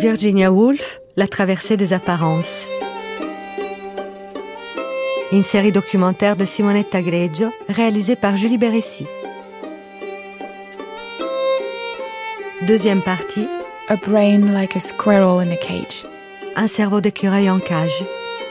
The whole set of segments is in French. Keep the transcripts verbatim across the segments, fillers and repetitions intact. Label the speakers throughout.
Speaker 1: Virginia Woolf, La traversée des apparences. Une série documentaire de Simonetta Greggio, réalisée par Julie Bérécy. Deuxième partie.
Speaker 2: A brain like a squirrel in a cage.
Speaker 1: Un cerveau d'écureuil en cage.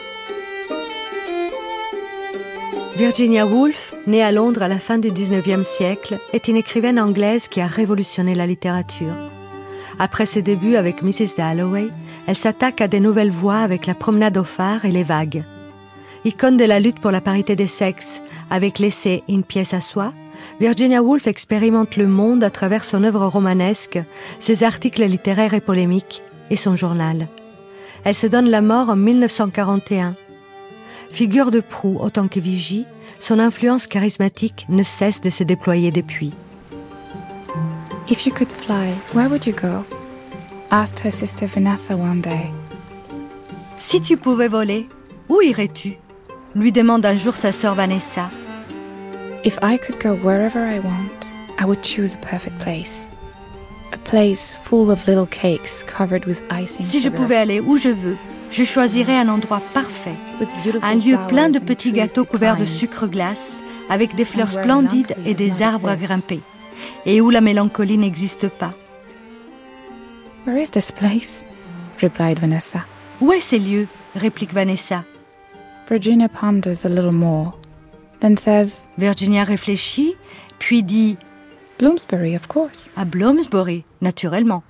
Speaker 1: Virginia Woolf, née à Londres à la fin du dix-neuvième siècle, est une écrivaine anglaise qui a révolutionné la littérature. Après ses débuts avec missus Dalloway, elle s'attaque à des nouvelles voies avec La promenade au phare et Les vagues. Icône de la lutte pour la parité des sexes, avec l'essai Une pièce à soi, Virginia Woolf expérimente le monde à travers son œuvre romanesque, ses articles littéraires et polémiques et son journal. Elle se donne la mort en dix-neuf cent quarante et un. Figure de proue autant que vigie, son influence charismatique ne cesse de se déployer depuis.
Speaker 2: If you could fly, where would you go? Asked her sister Vanessa one day.
Speaker 1: Si tu pouvais voler, où irais-tu? Lui demande un jour sa sœur Vanessa.
Speaker 2: If I could go wherever I want, I would choose a perfect place. A place full of little cakes covered with icing.
Speaker 1: Si je pouvais aller où je veux, je choisirais un endroit parfait, un lieu plein de petits gâteaux couverts de sucre glace, avec des fleurs splendides et des arbres à grimper, et où la mélancolie n'existe pas.
Speaker 2: Where is this place? Replied Vanessa.
Speaker 1: Où est ces lieux? Réplique Vanessa.
Speaker 2: Virginia ponders a little more, then says,
Speaker 1: Virginia réfléchit, puis dit,
Speaker 2: Bloomsbury, of course.
Speaker 1: À Bloomsbury, naturellement.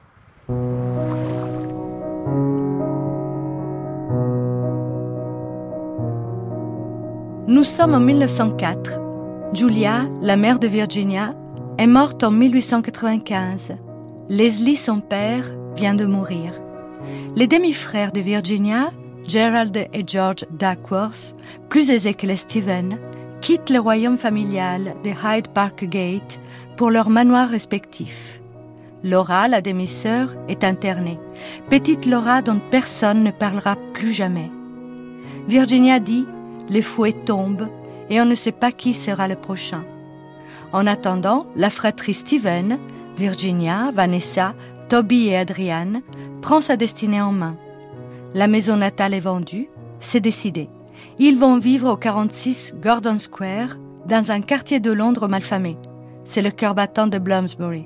Speaker 1: Nous sommes en dix-neuf cent quatre. Julia, la mère de Virginia, est morte en dix-huit cent quatre-vingt-quinze. Leslie, son père, vient de mourir. Les demi-frères de Virginia, Gerald et George Duckworth, plus aisés que les Stephen, quittent le royaume familial de Hyde Park Gate pour leurs manoirs respectifs. Laura, la demi-sœur, est internée. Petite Laura dont personne ne parlera plus jamais. Virginia dit « Les fouets tombent et on ne sait pas qui sera le prochain ». En attendant, la fratrie Stephen, Virginia, Vanessa, Toby et Adrian, prend sa destinée en main. La maison natale est vendue, c'est décidé. Ils vont vivre au quarante-six Gordon Square, dans un quartier de Londres malfamé. C'est le cœur battant de Bloomsbury.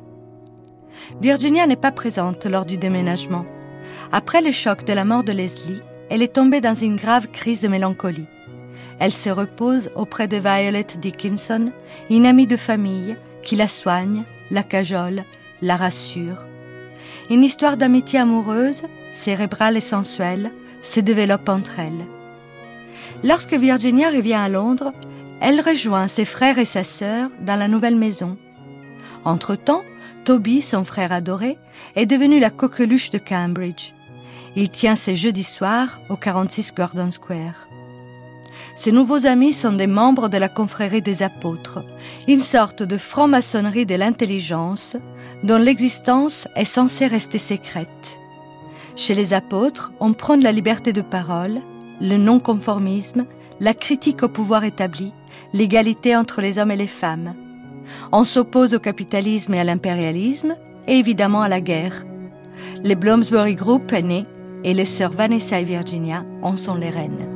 Speaker 1: Virginia n'est pas présente lors du déménagement. Après le choc de la mort de Leslie, elle est tombée dans une grave crise de mélancolie. Elle se repose auprès de Violet Dickinson, une amie de famille qui la soigne, la cajole, la rassure. Une histoire d'amitié amoureuse, cérébrale et sensuelle, se développe entre elles. Lorsque Virginia revient à Londres, elle rejoint ses frères et sa sœur dans la nouvelle maison. Entre-temps, Toby, son frère adoré, est devenu la coqueluche de Cambridge. Il tient ses jeudis soirs au quarante-six Gordon Square. Ses nouveaux amis sont des membres de la confrérie des apôtres, une sorte de franc-maçonnerie de l'intelligence dont l'existence est censée rester secrète. Chez les apôtres, on prône la liberté de parole, le non-conformisme, la critique au pouvoir établi, l'égalité entre les hommes et les femmes. On s'oppose au capitalisme et à l'impérialisme, et évidemment à la guerre. Les Bloomsbury Group est né, et les sœurs Vanessa et Virginia en sont les reines.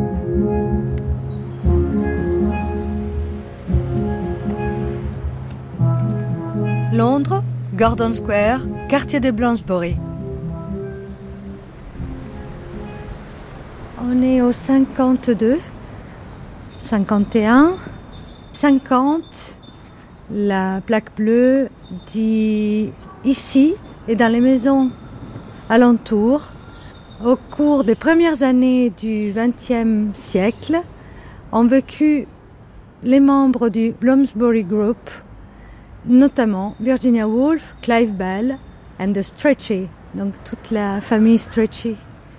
Speaker 1: Londres, Gordon Square, quartier de Bloomsbury. On est au cinquante-deux, cinquante et un, cinquante. La plaque bleue dit ici et dans les maisons alentours. Au cours des premières années du vingtième siècle, ont vécu les membres du Bloomsbury Group, notamment Virginia Woolf, Clive Bell and the Strachey, donc toute la famille Strachey.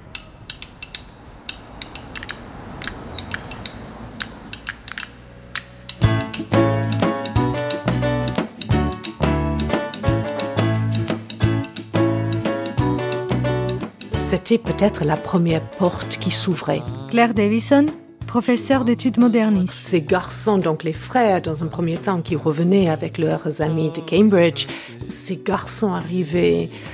Speaker 3: C'était peut-être la première porte qui s'ouvrait.
Speaker 1: Claire Davison, professeure d'études modernistes.
Speaker 3: Ces garçons, donc les frères, dans un premier temps, qui revenaient avec leurs amis de Cambridge, ces garçons arrivaient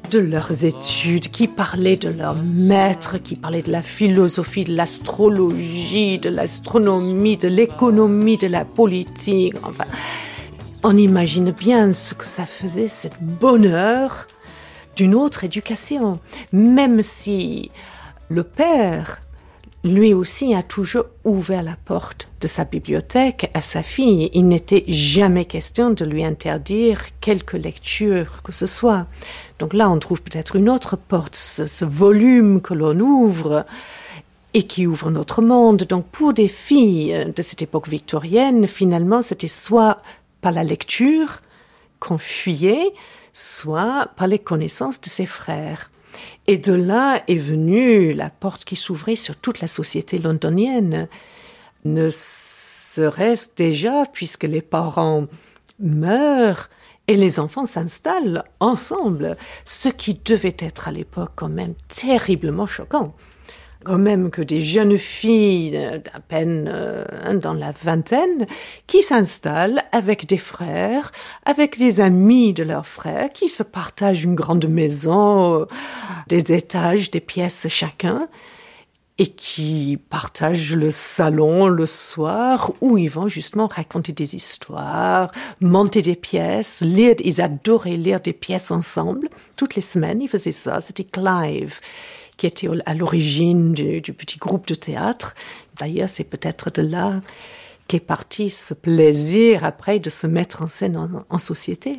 Speaker 3: de leurs études, qui parlaient de leurs maîtres, qui parlaient de la philosophie, de l'astrologie, de l'astronomie, de l'économie, de la politique. Enfin, on imagine bien ce que ça faisait, ce bonheur d'une autre éducation. Même si le père, lui aussi, a toujours ouvert la porte de sa bibliothèque à sa fille. Il n'était jamais question de lui interdire quelque lecture que ce soit. Donc là, on trouve peut-être une autre porte, ce, ce volume que l'on ouvre et qui ouvre notre monde. Donc pour des filles de cette époque victorienne, finalement, c'était soit par la lecture qu'on fuyait, soit par les connaissances de ses frères. Et de là est venue la porte qui s'ouvrait sur toute la société londonienne. Ne serait-ce déjà, puisque les parents meurent et les enfants s'installent ensemble, ce qui devait être à l'époque quand même terriblement choquant. Quand même que des jeunes filles d'à peine euh, dans la vingtaine qui s'installent avec des frères, avec des amis de leurs frères, qui se partagent une grande maison, euh, des étages, des pièces chacun, et qui partagent le salon le soir où ils vont justement raconter des histoires, monter des pièces, lire. Ils adoraient lire des pièces ensemble. Toutes les semaines, ils faisaient ça. C'était Clive qui était à l'origine du, du petit groupe de théâtre. D'ailleurs, c'est peut-être de là qu'est parti ce plaisir après de se mettre en scène en, en société.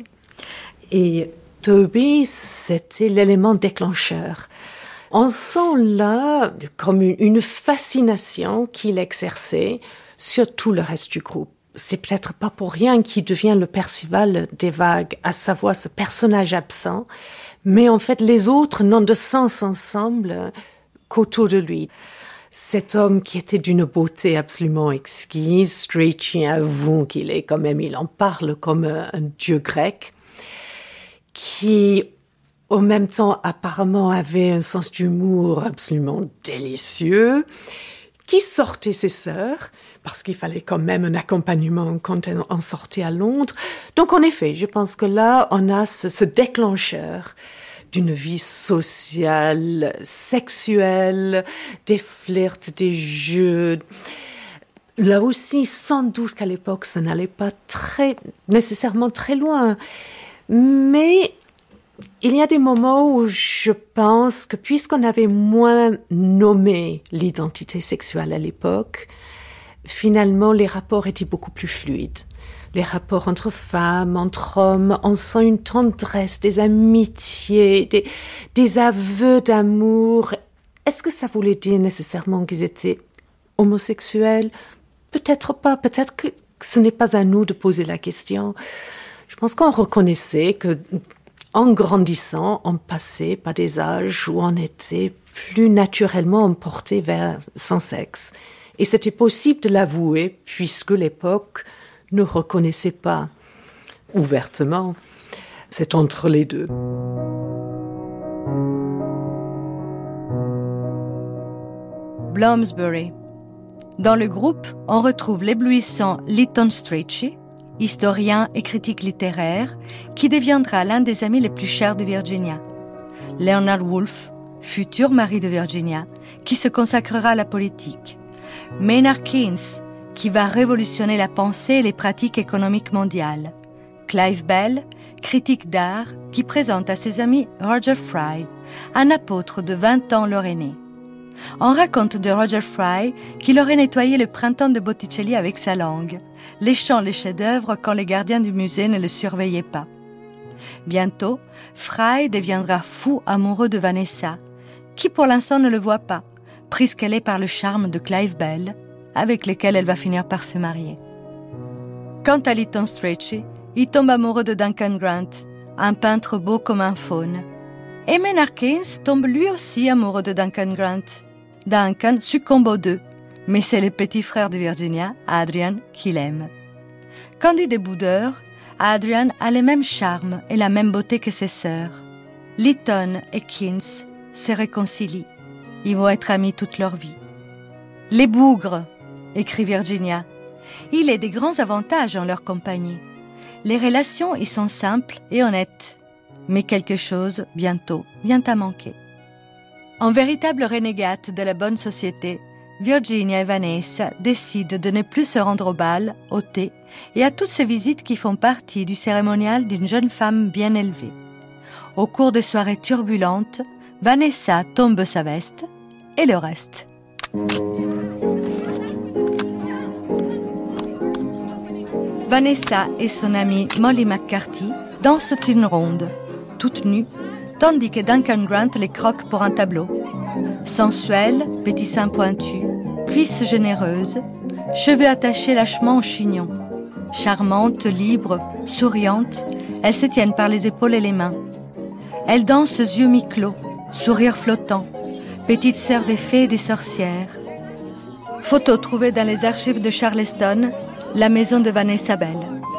Speaker 3: Et Toby, c'était l'élément déclencheur. On sent là comme une, une fascination qu'il exerçait sur tout le reste du groupe. C'est peut-être pas pour rien qu'il devient le Percival des vagues, à savoir ce personnage absent. Mais en fait, les autres n'ont de sens ensemble qu'autour de lui. Cet homme qui était d'une beauté absolument exquise, Strachey avoue qu'il est quand même, il en parle comme un, un dieu grec, qui, au même temps, apparemment avait un sens d'humour absolument délicieux, qui sortait ses sœurs, parce qu'il fallait quand même un accompagnement quand on sortait à Londres. Donc, en effet, je pense que là, on a ce, ce déclencheur d'une vie sociale, sexuelle, des flirts, des jeux. Là aussi, sans doute qu'à l'époque, ça n'allait pas très, nécessairement très loin. Mais il y a des moments où je pense que puisqu'on avait moins nommé l'identité sexuelle à l'époque, finalement, les rapports étaient beaucoup plus fluides. Les rapports entre femmes, entre hommes, on sent une tendresse, des amitiés, des, des aveux d'amour. Est-ce que ça voulait dire nécessairement qu'ils étaient homosexuels ? Peut-être pas, peut-être que ce n'est pas à nous de poser la question. Je pense qu'on reconnaissait que, en grandissant, on passait par des âges où on était plus naturellement emporté vers son sexe. Et c'était possible de l'avouer, puisque l'époque ne reconnaissait pas ouvertement. C'est entre les deux.
Speaker 1: Bloomsbury. Dans le groupe, on retrouve l'éblouissant Lytton Strachey, historien et critique littéraire, qui deviendra l'un des amis les plus chers de Virginia. Leonard Woolf, futur mari de Virginia, qui se consacrera à la politique. Maynard Keynes, qui va révolutionner la pensée et les pratiques économiques mondiales. Clive Bell, critique d'art, qui présente à ses amis Roger Fry, un apôtre de vingt ans leur aîné. On raconte de Roger Fry qu'il aurait nettoyé le printemps de Botticelli avec sa langue, léchant les chefs-d'œuvre quand les gardiens du musée ne le surveillaient pas. Bientôt, Fry deviendra fou amoureux de Vanessa, qui pour l'instant ne le voit pas, prise qu'elle est par le charme de Clive Bell, avec lequel elle va finir par se marier. Quant à Lytton Strachey, il tombe amoureux de Duncan Grant, un peintre beau comme un faune. Et Maynard Keynes tombe lui aussi amoureux de Duncan Grant. Duncan succombe aux deux, mais c'est le petit frère de Virginia, Adrian, qui l'aime. Candide et boudeur, Adrian a le même charme et la même beauté que ses sœurs. Lytton et Keynes se réconcilient. Ils vont être amis toute leur vie. Les bougres, écrit Virginia. Il y a des grands avantages en leur compagnie. Les relations y sont simples et honnêtes. mais quelque chose, bientôt, vient à manquer. En véritable renégate de la bonne société, Virginia et Vanessa décident de ne plus se rendre au bal, au thé et à toutes ces visites qui font partie du cérémonial d'une jeune femme bien élevée. Au cours des soirées turbulentes, Vanessa tombe sa veste et le reste. Vanessa et son amie Molly McCarthy dansent une ronde, toutes nues, tandis que Duncan Grant les croque pour un tableau. Sensuelle, petits seins pointus, cuisses généreuses, cheveux attachés lâchement au chignon. Charmante, libre, souriante, elles se tiennent par les épaules et les mains. Elles dansent yeux mi-clos, sourire flottant, petite sœur des fées et des sorcières. Photo trouvée dans les archives de Charleston, la maison de Vanessa Bell.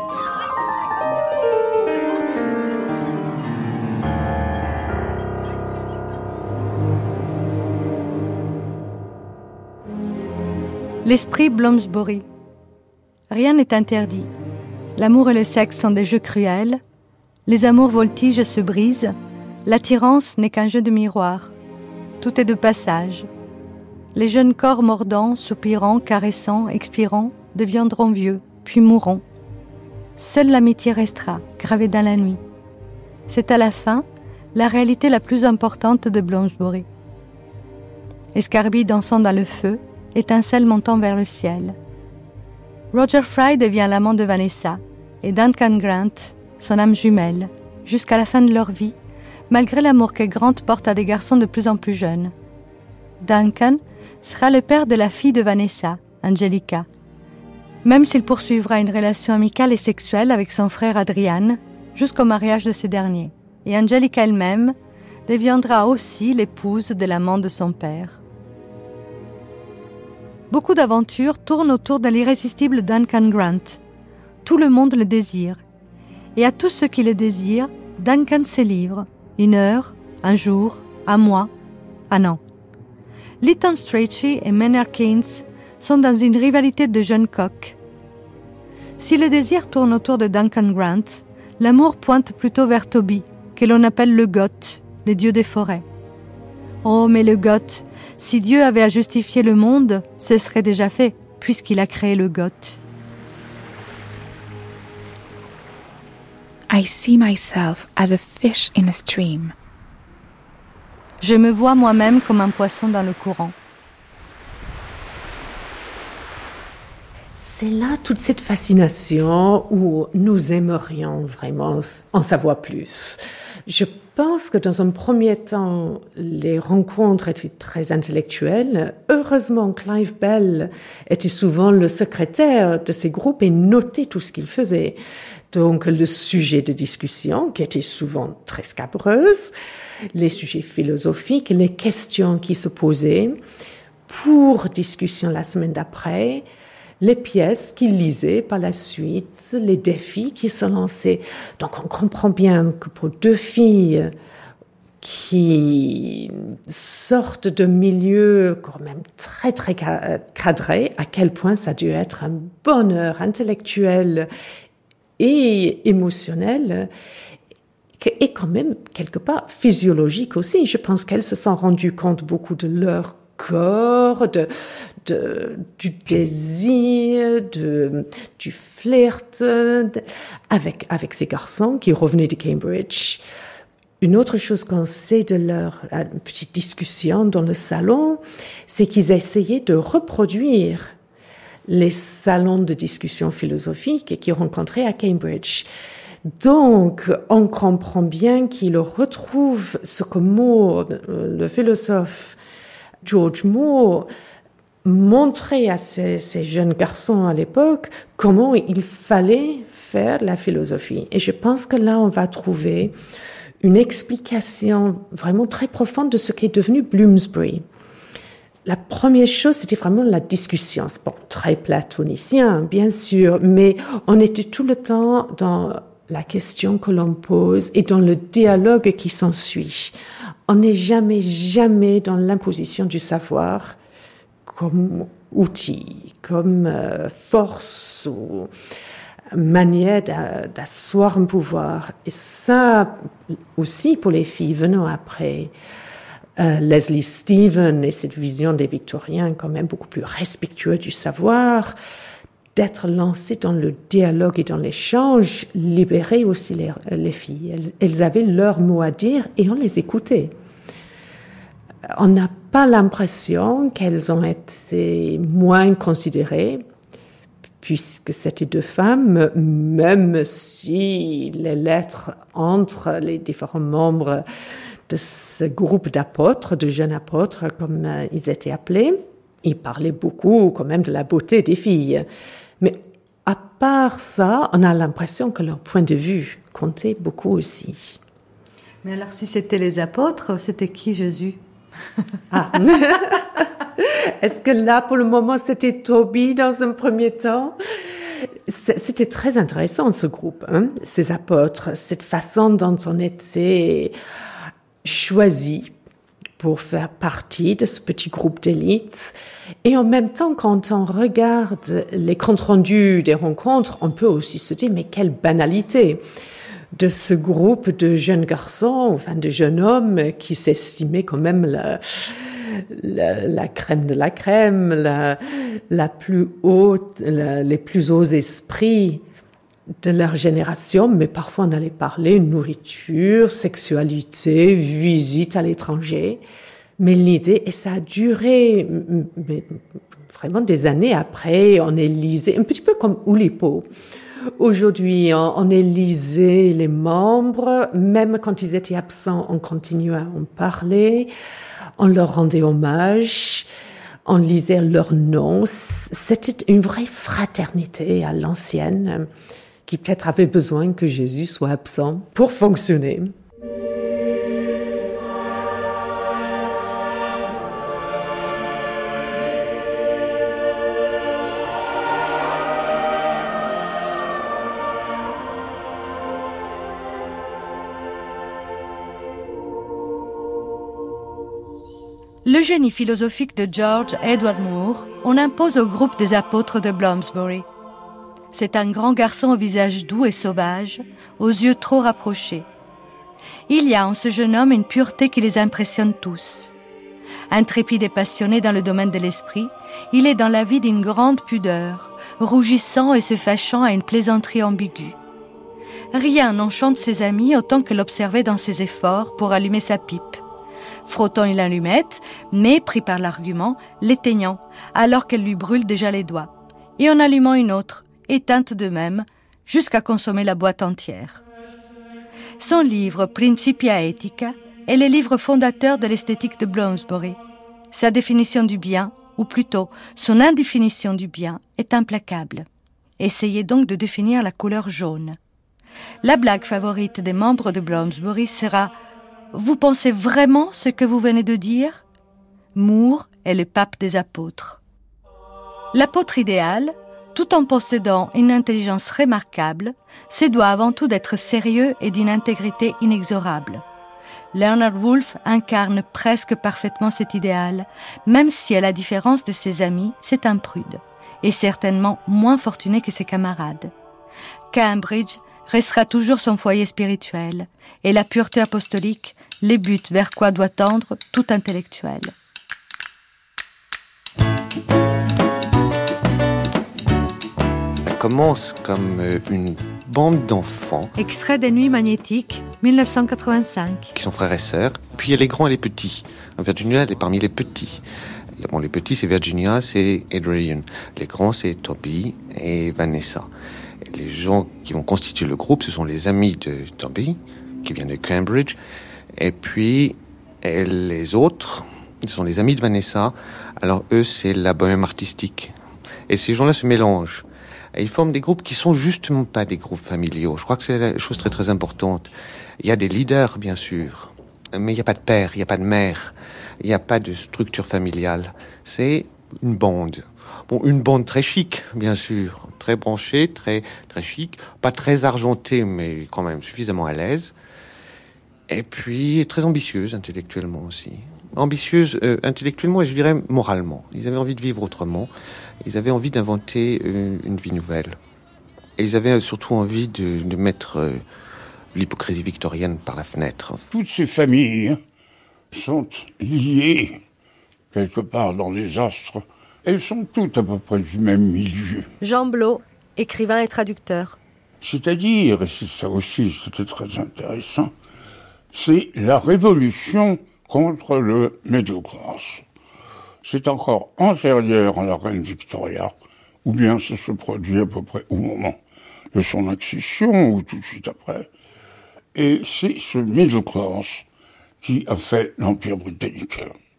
Speaker 1: L'esprit Bloomsbury. Rien n'est interdit. L'amour et le sexe sont des jeux cruels. Les amours voltigent et se brisent. L'attirance n'est qu'un jeu de miroir. Tout est de passage. Les jeunes corps mordants, soupirant, caressant, expirant, deviendront vieux, puis mourront. Seule l'amitié restera, gravée dans la nuit. C'est à la fin la réalité la plus importante de Bloomsbury. Escarbille dansant dans le feu, étincelle montant vers le ciel. Roger Fry devient l'amant de Vanessa et Duncan Grant, son âme jumelle, jusqu'à la fin de leur vie, malgré l'amour que Grant porte à des garçons de plus en plus jeunes. Duncan sera le père de la fille de Vanessa, Angelica, même s'il poursuivra une relation amicale et sexuelle avec son frère Adrian jusqu'au mariage de ces derniers. Et Angelica elle-même deviendra aussi l'épouse de l'amant de son père. Beaucoup d'aventures tournent autour de l'irrésistible Duncan Grant. Tout le monde le désire. Et à tous ceux qui le désirent, Duncan se livre. Une heure, un jour, un mois, un an. Lytton Strachey et Maynard Keynes sont dans une rivalité de jeunes coqs. Si le désir tourne autour de Duncan Grant, l'amour pointe plutôt vers Toby, que l'on appelle le Goth, le dieu des forêts. Oh, mais le Goth, si Dieu avait à justifier le monde, ce serait déjà fait, puisqu'il a créé le Goth.
Speaker 2: I see myself as a fish in a stream.
Speaker 1: Je me vois moi-même comme un poisson dans le courant.
Speaker 3: C'est là toute cette fascination où nous aimerions vraiment en savoir plus. Je pense que dans un premier temps, les rencontres étaient très intellectuelles. Heureusement, Clive Bell était souvent le secrétaire de ces groupes et notait tout ce qu'il faisait. Donc, le sujet de discussion, qui était souvent très scabreuse, les sujets philosophiques, les questions qui se posaient, pour discussion la semaine d'après, les pièces qu'il lisait par la suite, les défis qui se lançaient. Donc on comprend bien que pour deux filles qui sortent de milieux quand même très très cadrés, à quel point ça a dû être un bonheur intellectuel et émotionnel, et quand même quelque part physiologique aussi. Je pense qu'elles se sont rendues compte beaucoup de leur corps, de, de, du désir, de, du flirt de, avec, avec ces garçons qui revenaient de Cambridge. Une autre chose qu'on sait de leur euh, petite discussion dans le salon, c'est qu'ils essayaient de reproduire les salons de discussion philosophique qu'ils rencontraient à Cambridge. Donc, on comprend bien qu'ils retrouvent ce que Moore, le philosophe George Moore, montrait à ces, ces jeunes garçons à l'époque comment il fallait faire la philosophie. Et je pense que là, on va trouver une explication vraiment très profonde de ce qu'est devenu Bloomsbury. La première chose, c'était vraiment la discussion. C'est bon, très platonicien, bien sûr, mais on était tout le temps dans la question que l'on pose et dans le dialogue qui s'ensuit. On n'est jamais, jamais dans l'imposition du savoir comme outil, comme euh, force ou manière d'asseoir un pouvoir. Et ça aussi pour les filles venant après. Euh, Leslie Stephen et cette vision des Victoriens quand même beaucoup plus respectueux du savoir, d'être lancées dans le dialogue et dans l'échange, libérait aussi les, les filles. Elles, elles avaient leur mot à dire et on les écoutait. On n'a pas l'impression qu'elles ont été moins considérées, puisque c'était deux femmes, même si les lettres entre les différents membres de ce groupe d'apôtres, de jeunes apôtres, comme euh, ils étaient appelés, ils parlaient beaucoup quand même de la beauté des filles. Mais à part ça, on a l'impression que leur point de vue comptait beaucoup aussi.
Speaker 1: Mais alors, si c'était les apôtres, c'était qui Jésus?
Speaker 3: Ah. Est-ce que là, pour le moment, c'était Tobie dans un premier temps? C'était très intéressant, ce groupe, hein, ces apôtres, cette façon dont on était choisi pour faire partie de ce petit groupe d'élite. Et en même temps, quand on regarde les comptes rendus des rencontres, on peut aussi se dire, mais quelle banalité de ce groupe de jeunes garçons, enfin de jeunes hommes qui s'estimaient quand même la, la, la crème de la crème, la, la plus haute, la, les plus hauts esprits de leur génération, mais parfois on allait parler nourriture, sexualité, visite à l'étranger. Mais l'idée, et ça a duré mais vraiment des années après, on élisait, un petit peu comme Oulipo. Aujourd'hui, on, on élisait les membres, même quand ils étaient absents, on continuait à en parler, on leur rendait hommage, on lisait leurs noms. C'était une vraie fraternité à l'ancienne, qui peut-être avait besoin que Jésus soit absent pour fonctionner.
Speaker 1: Le génie philosophique de George Edward Moore, on impose au groupe des apôtres de Bloomsbury. C'est un grand garçon au visage doux et sauvage, aux yeux trop rapprochés. Il y a en ce jeune homme une pureté qui les impressionne tous. Intrépide et passionné dans le domaine de l'esprit, il est dans la vie d'une grande pudeur, rougissant et se fâchant à une plaisanterie ambiguë. Rien n'enchante ses amis autant que l'observer dans ses efforts pour allumer sa pipe. Frottant une allumette, mais pris par l'argument, l'éteignant, alors qu'elle lui brûle déjà les doigts. Et en allumant une autre, éteinte de même, jusqu'à consommer la boîte entière. Son livre Principia Ethica est le livre fondateur de l'esthétique de Bloomsbury. Sa définition du bien, ou plutôt son indéfinition du bien, est implacable. Essayez donc de définir la couleur jaune. La blague favorite des membres de Bloomsbury sera « Vous pensez vraiment ce que vous venez de dire ?» Moore est le pape des apôtres. L'apôtre idéal, tout en possédant une intelligence remarquable, se doit avant tout d'être sérieux et d'une intégrité inexorable. Leonard Woolf incarne presque parfaitement cet idéal, même si, à la différence de ses amis, c'est un prude, et certainement moins fortuné que ses camarades. Cambridge restera toujours son foyer spirituel, et la pureté apostolique, les buts vers quoi doit tendre tout intellectuel.
Speaker 4: Ça commence comme une bande d'enfants.
Speaker 1: Extrait des Nuits magnétiques, dix-neuf cent quatre-vingt-cinq.
Speaker 4: Qui sont frères et sœurs. Puis il y a les grands et les petits. Virginia, elle est parmi les petits. Bon, les petits, c'est Virginia, c'est Adrian. Les grands, c'est Toby et Vanessa. Et les gens qui vont constituer le groupe, ce sont les amis de Toby, qui viennent de Cambridge. Et puis, et les autres, ce sont les amis de Vanessa. Alors eux, c'est la bohème artistique. Et ces gens-là se mélangent. Et ils forment des groupes qui sont justement pas des groupes familiaux. Je crois que c'est la chose très très importante. Il y a des leaders, bien sûr, mais il n'y a pas de père, il n'y a pas de mère, il n'y a pas de structure familiale. C'est une bande. Bon, une bande très chic, bien sûr, très branchée, très très chic, pas très argentée, mais quand même suffisamment à l'aise. Et puis très ambitieuse intellectuellement aussi. Ambitieuse euh, intellectuellement et je dirais moralement. Ils avaient envie de vivre autrement. Ils avaient envie d'inventer une, une vie nouvelle. Et ils avaient surtout envie de, de mettre euh, l'hypocrisie victorienne par la fenêtre.
Speaker 5: Toutes ces familles sont liées quelque part dans les astres. Elles sont toutes à peu près du même milieu.
Speaker 1: Jean Blot, écrivain et traducteur.
Speaker 5: C'est-à-dire, et c'est ça aussi, c'était très intéressant, c'est la révolution contre le middle class. C'est encore antérieur à la reine Victoria, ou bien ça se produit à peu près au moment de son accession, ou tout de suite après. Et c'est ce middle class qui a fait l'Empire britannique.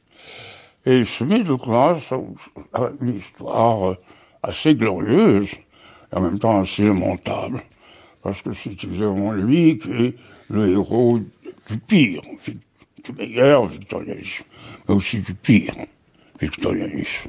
Speaker 5: Et ce middle class a une histoire assez glorieuse, et en même temps assez lamentable, parce que c'est évidemment lui qui est le héros du pire, du meilleur victorianisme, mais aussi du pire victorianisme.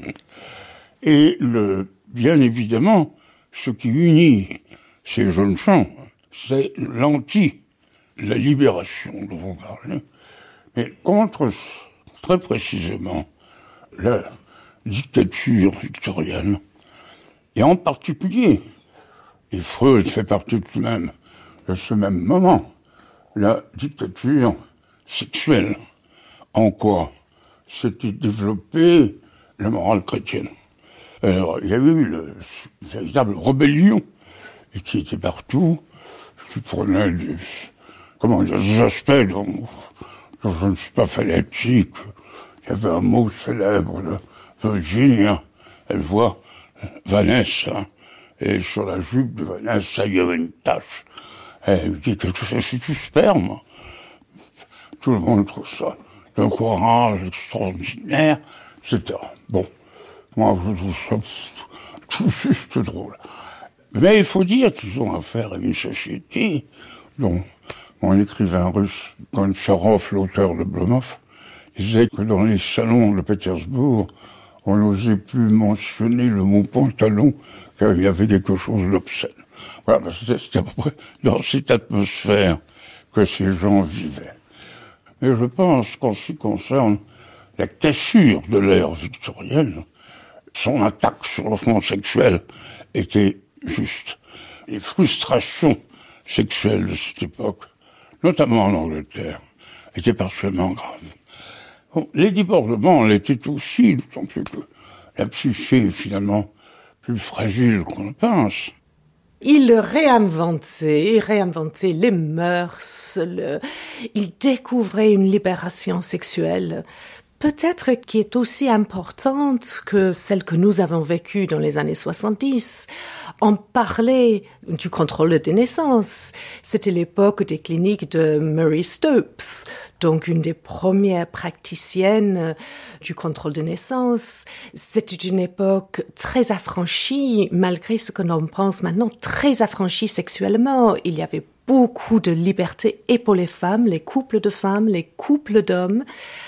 Speaker 5: Et le, bien évidemment, ce qui unit ces jeunes gens, c'est l'anti, la libération dont vous parlez, mais contre, très précisément, la dictature victorienne, et en particulier, et Freud fait partie tout de même de ce même moment, la dictature sexuelle. En quoi s'était développée la morale chrétienne. Alors, il y a eu le, une véritable rébellion, et qui était partout, qui prenait des, comment dire, des aspects dont, dont je ne suis pas fanatique. Il y avait un mot célèbre de Virginia, elle voit Vanessa, et sur la jupe de Vanessa, il y avait une tache. Elle dit quelque chose, c'est du sperme. Tout le monde trouve ça d'un courage extraordinaire, et cetera. Bon, moi je trouve ça tout juste drôle. Mais il faut dire qu'ils ont affaire à une société dont mon écrivain russe, Goncharov, l'auteur de Blomov, disait que dans les salons de Pétersbourg, on n'osait plus mentionner le mot pantalon, car il y avait quelque chose d'obscène. Voilà, c'était à peu près dans cette atmosphère que ces gens vivaient. Mais je pense qu'en ce qui concerne la cassure de l'ère victorienne, son attaque sur le front sexuel était juste. Les frustrations sexuelles de cette époque, notamment en Angleterre, étaient particulièrement graves. Bon, les débordements l'étaient aussi, d'autant plus que la psyché est finalement plus fragile qu'on le pense.
Speaker 3: Il réinventait, réinventait les mœurs, le, il découvrait une libération sexuelle, peut-être qui est aussi importante que celle que nous avons vécue dans les années soixante-dix. On parlait du contrôle des naissances. C'était l'époque des cliniques de Mary Stopes, donc une des premières praticiennes du contrôle des naissances. C'était une époque très affranchie, malgré ce que l'on pense maintenant, très affranchie sexuellement. Il y avait beaucoup de liberté et pour les femmes, les couples de femmes, les couples d'hommes.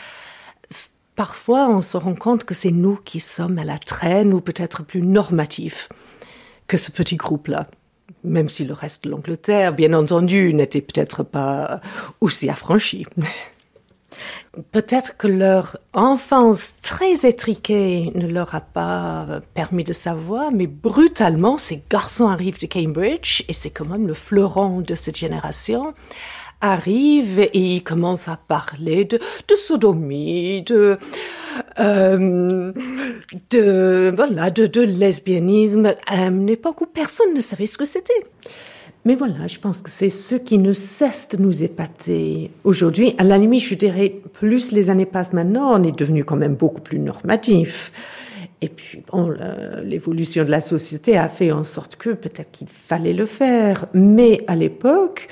Speaker 3: Parfois, on se rend compte que c'est nous qui sommes à la traîne ou peut-être plus normatifs que ce petit groupe-là. Même si le reste de l'Angleterre, bien entendu, n'était peut-être pas aussi affranchi. Peut-être que leur enfance très étriquée ne leur a pas permis de savoir, mais brutalement, ces garçons arrivent de Cambridge, et c'est quand même le fleuron de cette génération, arrive et il commence à parler de, de sodomie, de, euh, de, voilà, de, de lesbianisme, à une époque où personne ne savait ce que c'était. Mais voilà, je pense que c'est ce qui ne cesse de nous épater aujourd'hui. À la limite, je dirais, plus les années passent maintenant, on est devenu quand même beaucoup plus normatif. Et puis, bon, l'évolution de la société a fait en sorte que peut-être qu'il fallait le faire. Mais à l'époque,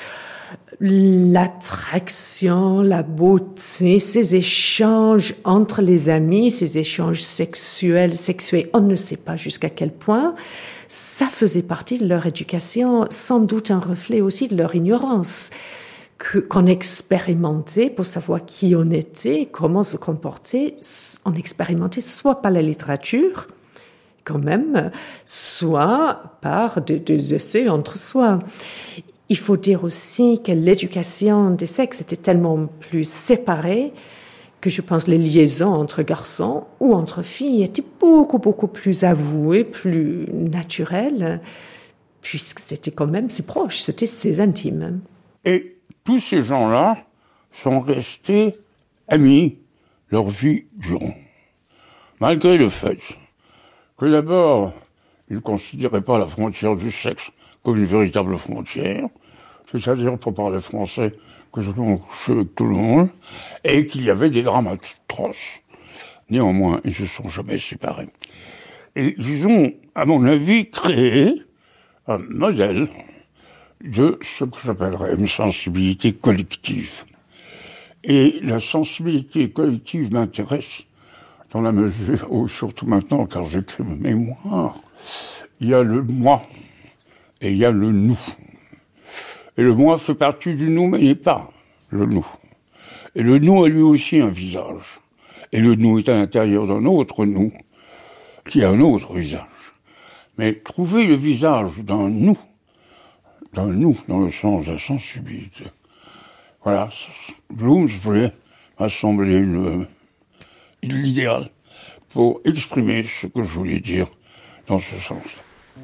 Speaker 3: l'attraction, la beauté, ces échanges entre les amis, ces échanges sexuels, sexués, on ne sait pas jusqu'à quel point, ça faisait partie de leur éducation, sans doute un reflet aussi de leur ignorance, que, qu'on expérimentait pour savoir qui on était, comment se comporter, on expérimentait soit par la littérature, quand même, soit par des, des essais entre soi. Il faut dire aussi que l'éducation des sexes était tellement plus séparée que je pense les liaisons entre garçons ou entre filles étaient beaucoup, beaucoup plus avouées, plus naturelles. puisque c'était quand même ses proches, c'était ses intimes.
Speaker 5: Et tous ces gens-là sont restés amis leur vie durant. Malgré le fait que d'abord, ils ne considéraient pas la frontière du sexe comme une véritable frontière, c'est-à-dire pour parler français, que je l'ai couché avec tout le monde, et qu'il y avait des drames atroces. Néanmoins, ils ne se sont jamais séparés. Et ils ont, à mon avis, créé un modèle de ce que j'appellerais une sensibilité collective. Et la sensibilité collective m'intéresse dans la mesure où, surtout maintenant, car j'écris mes mémoires, il y a le moi et il y a le nous. Et le moi fait partie du nous, mais n'est pas le nous. Et le nous a lui aussi un visage. Et le nous est à l'intérieur d'un autre nous, qui a un autre visage. Mais trouver le visage d'un nous, d'un nous dans le sens de la sensibilité, voilà, Bloomsbury m'a semblé une, l'idéal pour exprimer ce que je voulais dire dans ce sens-là.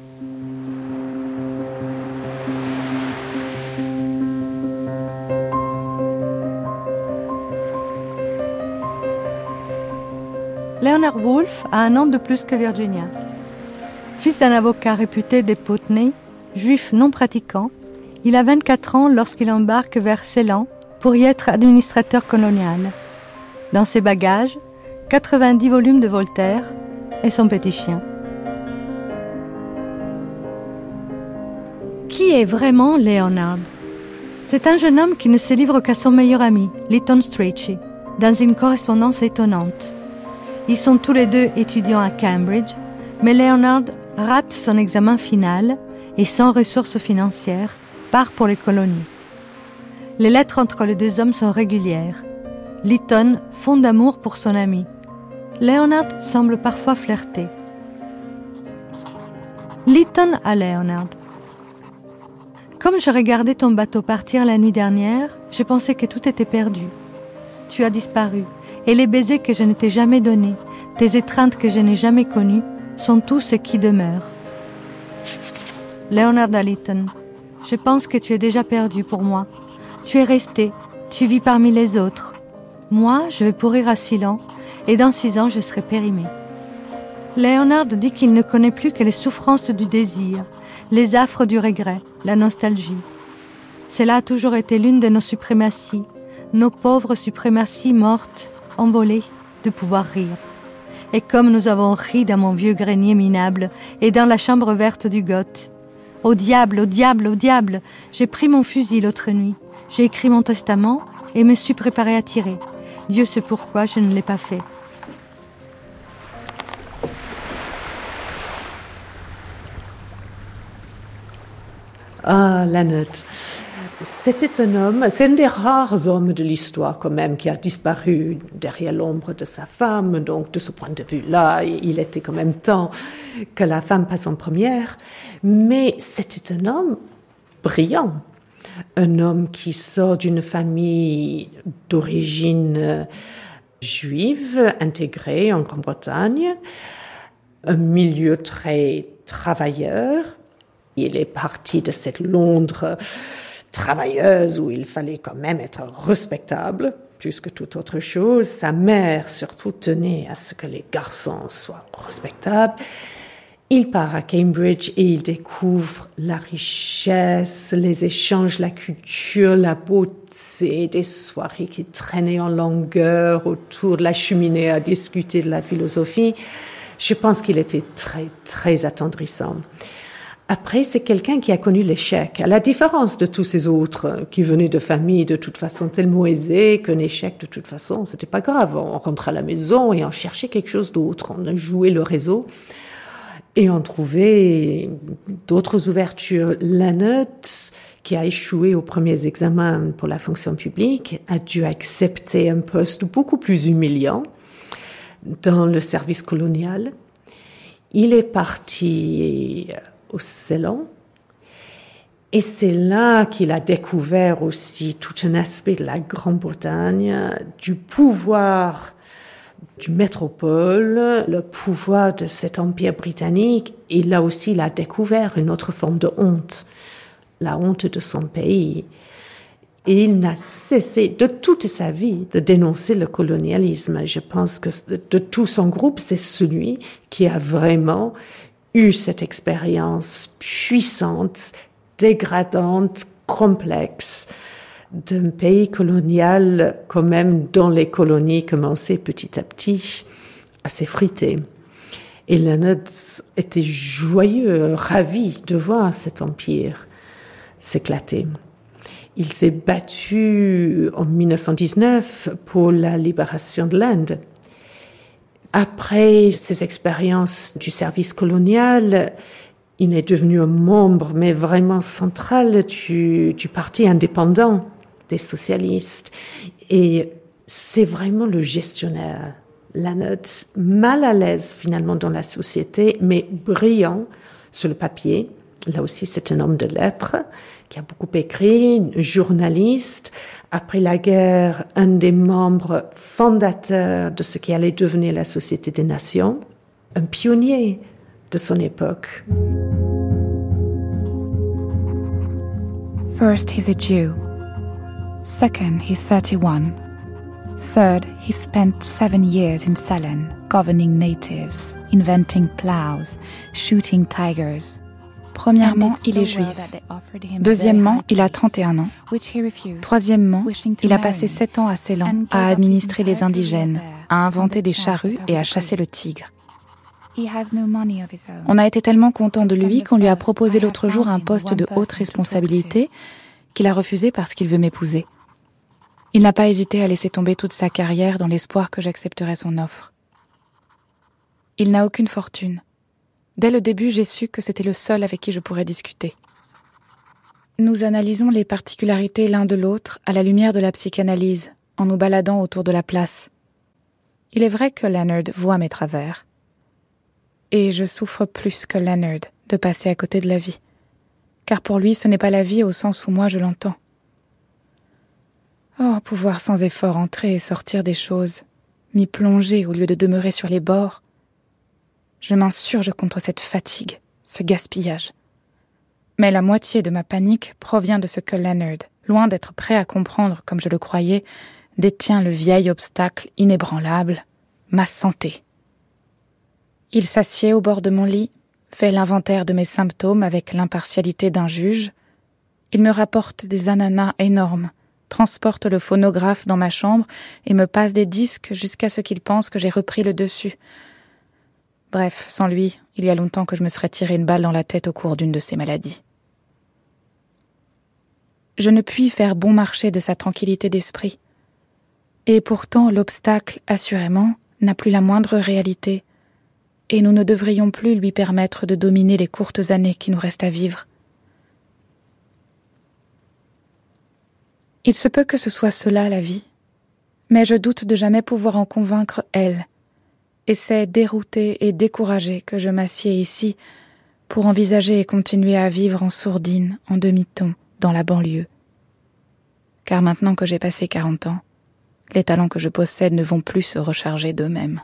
Speaker 1: Leonard Woolf a un an de plus que Virginia. Fils d'un avocat réputé des Putney, juif non pratiquant, il a vingt-quatre ans lorsqu'il embarque vers Ceylan pour y être administrateur colonial. Dans ses bagages, quatre-vingt-dix volumes de Voltaire et son petit chien. Qui est vraiment Leonard? C'est un jeune homme qui ne se livre qu'à son meilleur ami, Lytton Strachey, dans une correspondance étonnante. Ils sont tous les deux étudiants à Cambridge, mais Leonard rate son examen final et sans ressources financières, part pour les colonies. Les lettres entre les deux hommes sont régulières. Lytton fond d'amour pour son ami. Leonard semble parfois flirter. Lytton à Leonard. Comme je regardais ton bateau partir la nuit dernière, je pensais que tout était perdu. Tu as disparu. Et les baisers que je ne t'ai jamais donnés, tes étreintes que je n'ai jamais connues, sont tout ce qui demeure. Leonard Lytton, je pense que tu es déjà perdu pour moi. Tu es resté, tu vis parmi les autres. Moi, je vais pourrir à Ceylan, et dans six ans, je serai périmé. Leonard dit qu'il ne connaît plus que les souffrances du désir, les affres du regret, la nostalgie. Cela a toujours été l'une de nos suprématies, nos pauvres suprématies mortes, envolées, de pouvoir rire. Et comme nous avons ri dans mon vieux grenier minable et dans la chambre verte du Goth. Au diable, au diable, au diable, j'ai pris mon fusil l'autre nuit. J'ai écrit mon testament et me suis préparé à tirer. Dieu sait pourquoi je ne l'ai pas fait.
Speaker 3: Ah, Leonard. C'était un homme, c'est un des rares hommes de l'histoire quand même qui a disparu derrière l'ombre de sa femme. Donc de ce point de vue-là, il était quand même temps que la femme passe en première. Mais c'était un homme brillant. Un homme qui sort d'une famille d'origine juive, intégrée en Grande-Bretagne. Un milieu très travailleur. Il est parti de cette Londres travailleuse où il fallait quand même être respectable, plus que toute autre chose. Sa mère surtout tenait à ce que les garçons soient respectables. Il part à Cambridge et il découvre la richesse, les échanges, la culture, la beauté, des soirées qui traînaient en longueur autour de la cheminée à discuter de la philosophie. Je pense qu'il était très, très attendrissant. Après, c'est quelqu'un qui a connu l'échec, à la différence de tous ces autres qui venaient de familles de toute façon tellement aisées qu'un échec, de toute façon, c'était pas grave. On rentrait à la maison et on cherchait quelque chose d'autre. On jouait le réseau et on trouvait d'autres ouvertures. Leonard, qui a échoué aux premiers examens pour la fonction publique, a dû accepter un poste beaucoup plus humiliant dans le service colonial. Il est parti au Ceylan. Et c'est là qu'il a découvert aussi tout un aspect de la Grande-Bretagne, du pouvoir du métropole, le pouvoir de cet empire britannique, et là aussi, il a découvert une autre forme de honte, la honte de son pays. Et il n'a cessé de toute sa vie de dénoncer le colonialisme. Je pense que de tout son groupe, c'est celui qui a vraiment eu cette expérience puissante, dégradante, complexe, d'un pays colonial quand même dont les colonies commençaient petit à petit à s'effriter. Et Leonard était joyeux, ravi de voir cet empire s'éclater. Il s'est battu en dix-neuf cent dix-neuf pour la libération de l'Inde. Après ses expériences du service colonial, il est devenu un membre, mais vraiment central, du, du parti indépendant des socialistes. Et c'est vraiment le gestionnaire, Leonard, mal à l'aise finalement dans la société, mais brillant sur le papier. Là aussi, c'est un homme de lettres qui a beaucoup écrit, journaliste. Après la guerre, un des membres fondateurs de ce qui allait devenir la Société des Nations, un pionnier de son époque.
Speaker 2: First, he's a Jew. Second, he's thirty-one. Third, he spent seven years in Ceylon, governing natives, inventing plows, shooting tigers. Premièrement, il est juif. Deuxièmement, il a trente et un ans. Troisièmement, il a passé sept ans à Ceylan à administrer les indigènes, à inventer des charrues et à chasser le tigre. On a été tellement contents de lui qu'on lui a proposé l'autre jour un poste de haute responsabilité qu'il a refusé parce qu'il veut m'épouser. Il n'a pas hésité à laisser tomber toute sa carrière dans l'espoir que j'accepterais son offre. Il n'a aucune fortune. Dès le début, j'ai su que c'était le seul avec qui je pourrais discuter. Nous analysons les particularités l'un de l'autre à la lumière de la psychanalyse, en nous baladant autour de la place. Il est vrai que Leonard voit mes travers. Et je souffre plus que Leonard de passer à côté de la vie. Car pour lui, ce n'est pas la vie au sens où moi je l'entends. Oh, pouvoir sans effort entrer et sortir des choses, m'y plonger au lieu de demeurer sur les bords. Je m'insurge contre cette fatigue, ce gaspillage. Mais la moitié de ma panique provient de ce que Leonard, loin d'être prêt à comprendre comme je le croyais, détient le vieil obstacle inébranlable, ma santé. Il s'assied au bord de mon lit, fait l'inventaire de mes symptômes avec l'impartialité d'un juge. Il me rapporte des ananas énormes, transporte le phonographe dans ma chambre et me passe des disques jusqu'à ce qu'il pense que j'ai repris le dessus. Bref, sans lui, il y a longtemps que je me serais tiré une balle dans la tête au cours d'une de ces maladies. Je ne puis faire bon marché de sa tranquillité d'esprit. Et pourtant, l'obstacle, assurément, n'a plus la moindre réalité, et nous ne devrions plus lui permettre de dominer les courtes années qui nous restent à vivre. Il se peut que ce soit cela, la vie, mais je doute de jamais pouvoir en convaincre elle, et c'est dérouté et découragé que je m'assieds ici pour envisager et continuer à vivre en sourdine, en demi-ton, dans la banlieue. Car maintenant que j'ai passé quarante ans, les talents que je possède ne vont plus se recharger d'eux-mêmes.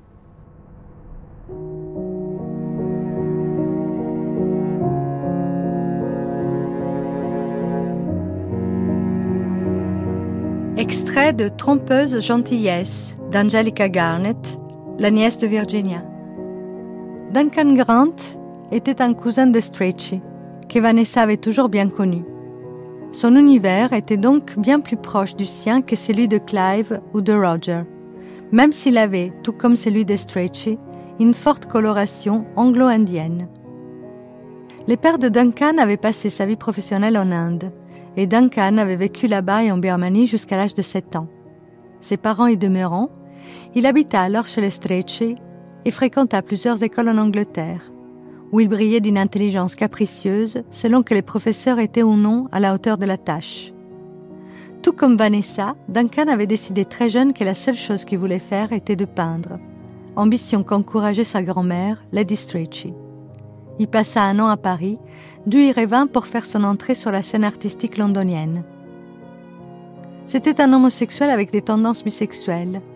Speaker 1: Extrait de Trompeuse gentillesse d'Angelica Garnett, la nièce de Virginia. Duncan Grant était un cousin de Strachey, que Vanessa avait toujours bien connu. Son univers était donc bien plus proche du sien que celui de Clive ou de Roger, même s'il avait, tout comme celui de Strachey, une forte coloration anglo-indienne. Le père de Duncan avait passé sa vie professionnelle en Inde, et Duncan avait vécu là-bas et en Birmanie jusqu'à l'âge de sept ans. Ses parents y demeurant, il habita alors chez les Strachey et fréquenta plusieurs écoles en Angleterre, où il brillait d'une intelligence capricieuse selon que les professeurs étaient ou non à la hauteur de la tâche. Tout comme Vanessa, Duncan avait décidé très jeune que la seule chose qu'il voulait faire était de peindre, ambition qu'encourageait sa grand-mère, Lady Strachey. Il passa un an à Paris, d'où il revint pour faire son entrée sur la scène artistique londonienne. C'était un homosexuel avec des tendances bisexuelles,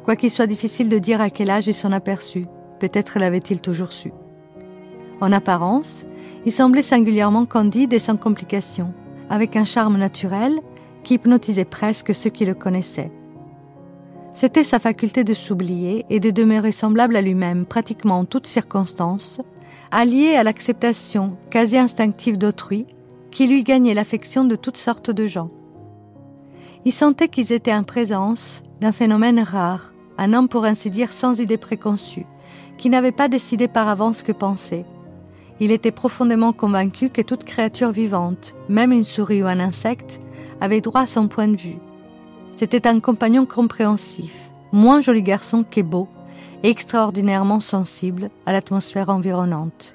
Speaker 1: Quoiqu'il soit difficile de dire à quel âge il s'en aperçut, peut-être l'avait-il toujours su. En apparence, il semblait singulièrement candide et sans complications, avec un charme naturel qui hypnotisait presque ceux qui le connaissaient. C'était sa faculté de s'oublier et de demeurer semblable à lui-même pratiquement en toutes circonstances, alliée à l'acceptation quasi instinctive d'autrui, qui lui gagnait l'affection de toutes sortes de gens. Il sentait qu'ils étaient en présence d'un phénomène rare, un homme pour ainsi dire sans idée préconçue, qui n'avait pas décidé par avance que penser. Il était profondément convaincu que toute créature vivante, même une souris ou un insecte, avait droit à son point de vue. C'était un compagnon compréhensif, moins joli garçon que beau, et extraordinairement sensible à l'atmosphère environnante.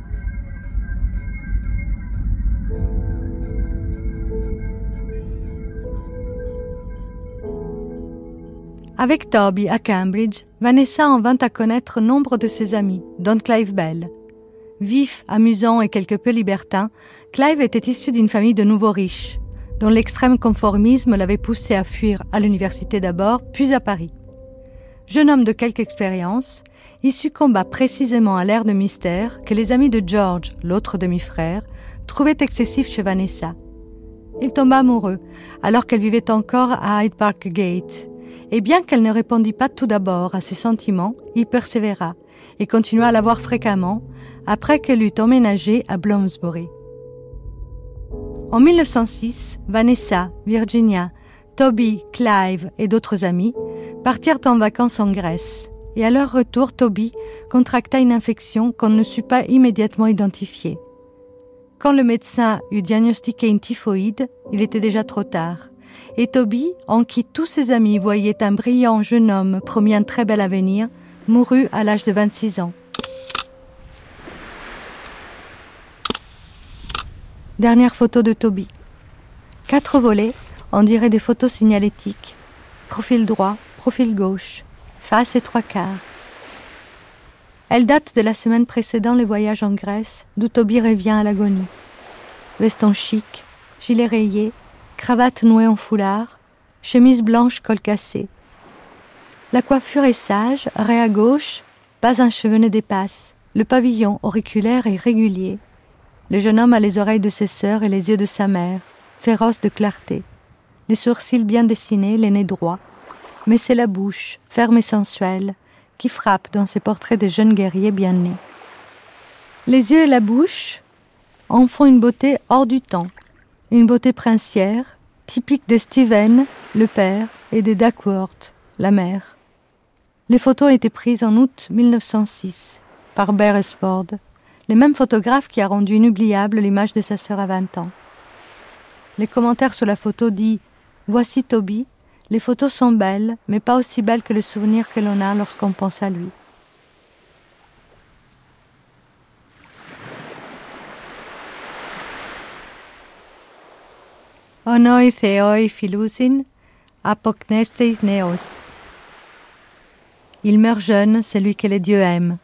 Speaker 1: Avec Toby à Cambridge, Vanessa en vint à connaître nombre de ses amis, dont Clive Bell. Vif, amusant et quelque peu libertin, Clive était issu d'une famille de nouveaux riches, dont l'extrême conformisme l'avait poussé à fuir à l'université d'abord, puis à Paris. Jeune homme de quelque expérience, il succomba précisément à l'air de mystère que les amis de George, l'autre demi-frère, trouvaient excessif chez Vanessa. Il tomba amoureux, alors qu'elle vivait encore à Hyde Park Gate, et bien qu'elle ne répondit pas tout d'abord à ses sentiments, il persévéra et continua à la voir fréquemment après qu'elle eut emménagé à Bloomsbury. En mille neuf cent six, Vanessa, Virginia, Toby, Clive et d'autres amis partirent en vacances en Grèce, et à leur retour, Toby contracta une infection qu'on ne sut pas immédiatement identifier. Quand le médecin eut diagnostiqué une typhoïde, il était déjà trop tard. Et Toby, en qui tous ses amis voyaient un brillant jeune homme promis un très bel avenir, mourut à l'âge de vingt-six ans. Dernière photo de Toby. Quatre volets, on dirait des photos signalétiques. Profil droit, profil gauche, face et trois quarts. Elle date de la semaine précédant le voyage en Grèce, d'où Toby revient à l'agonie. Veston chic, gilet rayé, cravate nouée en foulard, chemise blanche col cassé. La coiffure est sage, raie à gauche, pas un cheveu ne dépasse. Le pavillon auriculaire est régulier. Le jeune homme a les oreilles de ses sœurs et les yeux de sa mère, féroces de clarté. Les sourcils bien dessinés, les nez droits. Mais c'est la bouche, ferme et sensuelle, qui frappe dans ces portraits de jeunes guerriers bien nés. Les yeux et la bouche en font une beauté hors du temps. Une beauté princière, typique de Stephen, le père, et de Duckworth, la mère. Les photos ont été prises en août mille neuf cent six par Beresford, le même photographe qui a rendu inoubliable l'image de sa sœur à vingt ans. Les commentaires sous la photo disent « Voici Toby, les photos sont belles, mais pas aussi belles que le souvenir que l'on a lorsqu'on pense à lui. » Onoi theoi philousin, apoknestes neos. Il meurt jeune, celui que les dieux aiment.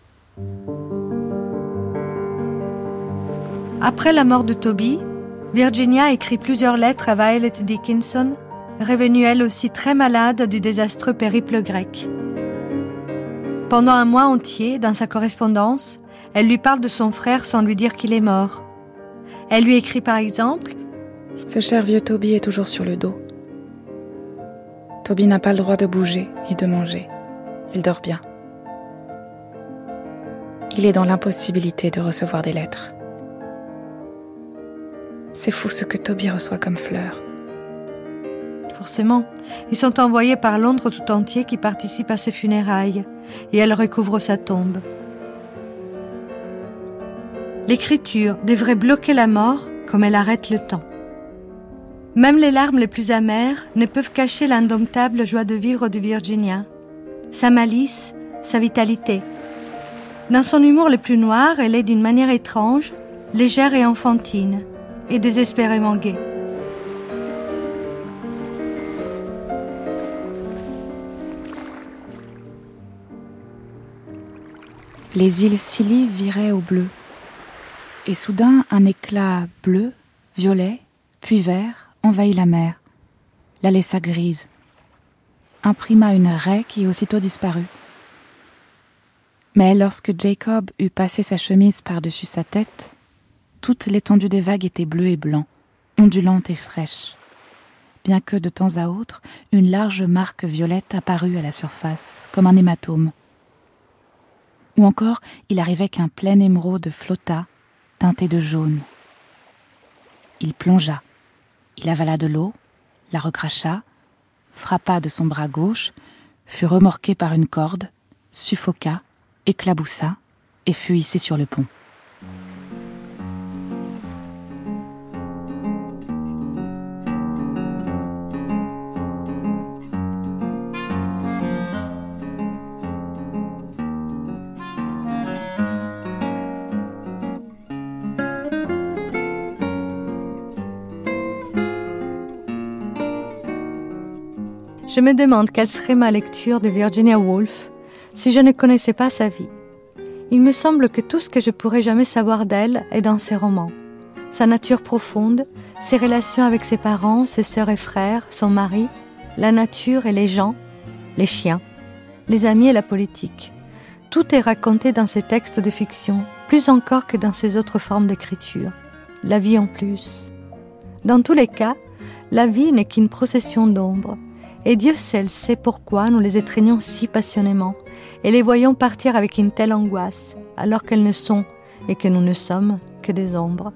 Speaker 1: Après la mort de Toby, Virginia écrit plusieurs lettres à Violet Dickinson, revenue elle aussi très malade du désastreux périple grec. Pendant un mois entier, dans sa correspondance, elle lui parle de son frère sans lui dire qu'il est mort. Elle lui écrit par exemple «
Speaker 2: Ce cher vieux Toby est toujours sur le dos. Toby n'a pas le droit de bouger ni de manger. Il dort bien. Il est dans l'impossibilité de recevoir des lettres. C'est fou ce que Toby reçoit comme fleurs. »
Speaker 1: Forcément, ils sont envoyés par Londres tout entier qui participe à ses funérailles, et elle recouvre sa tombe. L'écriture devrait bloquer la mort comme elle arrête le temps. Même les larmes les plus amères ne peuvent cacher l'indomptable joie de vivre de Virginia, sa malice, sa vitalité. Dans son humour le plus noir, elle est d'une manière étrange, légère et enfantine, et désespérément gaie.
Speaker 2: Les îles Scilly viraient au bleu, et soudain un éclat bleu, violet, puis vert envahit la mer, la laissa grise. imprima une raie qui aussitôt disparut. Mais lorsque Jacob eut passé sa chemise par-dessus sa tête, toute l'étendue des vagues était bleue et blanc, ondulante et fraîche, bien que de temps à autre, une large marque violette apparut à la surface, comme un hématome. Ou encore, il arrivait qu'un plein émeraude flotta, teinté de jaune. Il plongea, il avala de l'eau, la recracha, frappa de son bras gauche, fut remorqué par une corde, suffoqua, éclaboussa et fut hissé sur le pont.
Speaker 1: Je me demande quelle serait ma lecture de Virginia Woolf si je ne connaissais pas sa vie. Il me semble que tout ce que je pourrais jamais savoir d'elle est dans ses romans. Sa nature profonde, ses relations avec ses parents, ses sœurs et frères, son mari, la nature et les gens, les chiens, les amis et la politique. Tout est raconté dans ces textes de fiction, plus encore que dans ses autres formes d'écriture. La vie en plus. Dans tous les cas, la vie n'est qu'une procession d'ombres. Et Dieu seul sait pourquoi nous les étreignons si passionnément et les voyons partir avec une telle angoisse, alors qu'elles ne sont, et que nous ne sommes, que des ombres.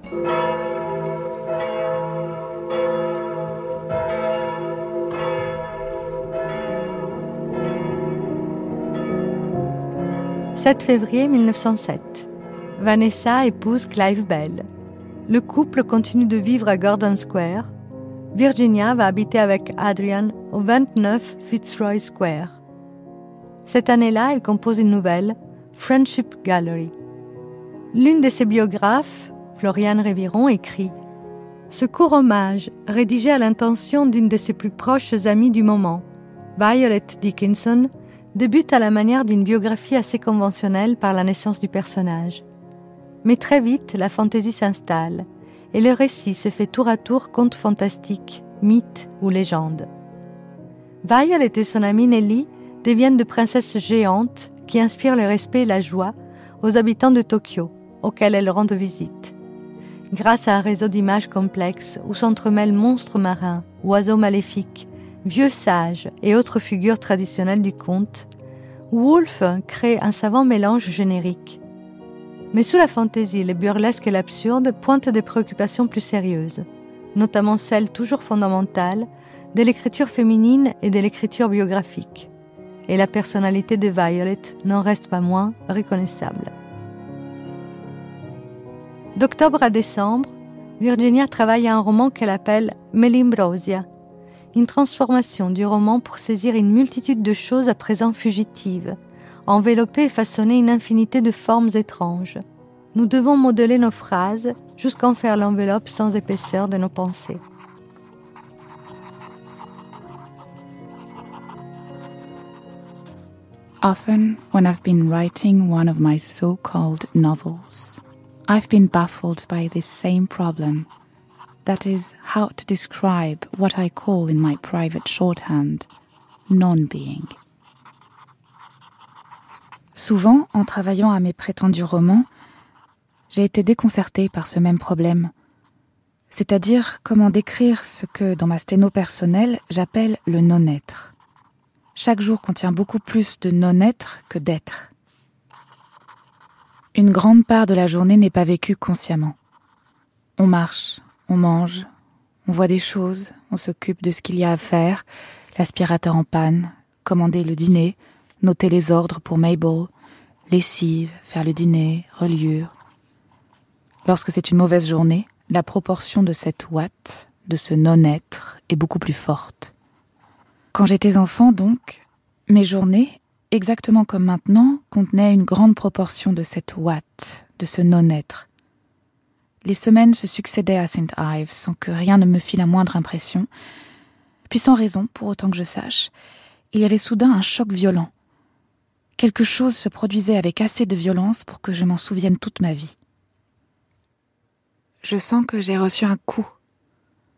Speaker 1: sept février mille neuf cent sept. Vanessa épouse Clive Bell. Le couple continue de vivre à Gordon Square. Virginia va habiter avec Adrian au vingt-neuf Fitzroy Square. Cette année-là, elle compose une nouvelle, Friendship Gallery. L'une de ses biographes, Floriane Réviron, écrit « Ce court hommage, rédigé à l'intention d'une de ses plus proches amies du moment, Violet Dickinson, débute à la manière d'une biographie assez conventionnelle par la naissance du personnage. Mais très vite, la fantaisie s'installe et le récit se fait tour à tour conte fantastique, mythe ou légende. Violet et son amie Nellie deviennent de princesses géantes qui inspirent le respect et la joie aux habitants de Tokyo, auxquels elles rendent visite. Grâce à un réseau d'images complexes où s'entremêlent monstres marins, oiseaux maléfiques, vieux sages et autres figures traditionnelles du conte, Woolf crée un savant mélange générique. Mais sous la fantaisie, le burlesque et l'absurde pointent des préoccupations plus sérieuses, notamment celles toujours fondamentales de l'écriture féminine et de l'écriture biographique. Et la personnalité de Violet n'en reste pas moins reconnaissable. D'octobre à décembre, Virginia travaille à un roman qu'elle appelle Melimbrosia, une transformation du roman pour saisir une multitude de choses à présent fugitives, envelopper et façonner une infinité de formes étranges. Nous devons modeler nos phrases jusqu'à en faire l'enveloppe sans épaisseur de nos pensées.
Speaker 2: Often, when I've been writing one of my so-called novels, I've been baffled by this same problem. That is, how to describe what I call in my private shorthand, non-being. Souvent, en travaillant à mes prétendus romans, j'ai été déconcertée par ce même problème. C'est-à-dire comment décrire ce que, dans ma sténo personnelle, j'appelle le non-être. Chaque jour contient beaucoup plus de non-être que d'être. Une grande part de la journée n'est pas vécue consciemment. On marche, on mange, on voit des choses, on s'occupe de ce qu'il y a à faire, l'aspirateur en panne, commander le dîner, noter les ordres pour Mabel, lessive, faire le dîner, reliure. Lorsque c'est une mauvaise journée, la proportion de cette ouate, de ce non-être, est beaucoup plus forte. Quand j'étais enfant, donc, mes journées, exactement comme maintenant, contenaient une grande proportion de cette ouate, de ce non-être. Les semaines se succédaient à Saint Ives sans que rien ne me fît la moindre impression. Puis sans raison, pour autant que je sache, il y avait soudain un choc violent. Quelque chose se produisait avec assez de violence pour que je m'en souvienne toute ma vie. Je sens que j'ai reçu un coup.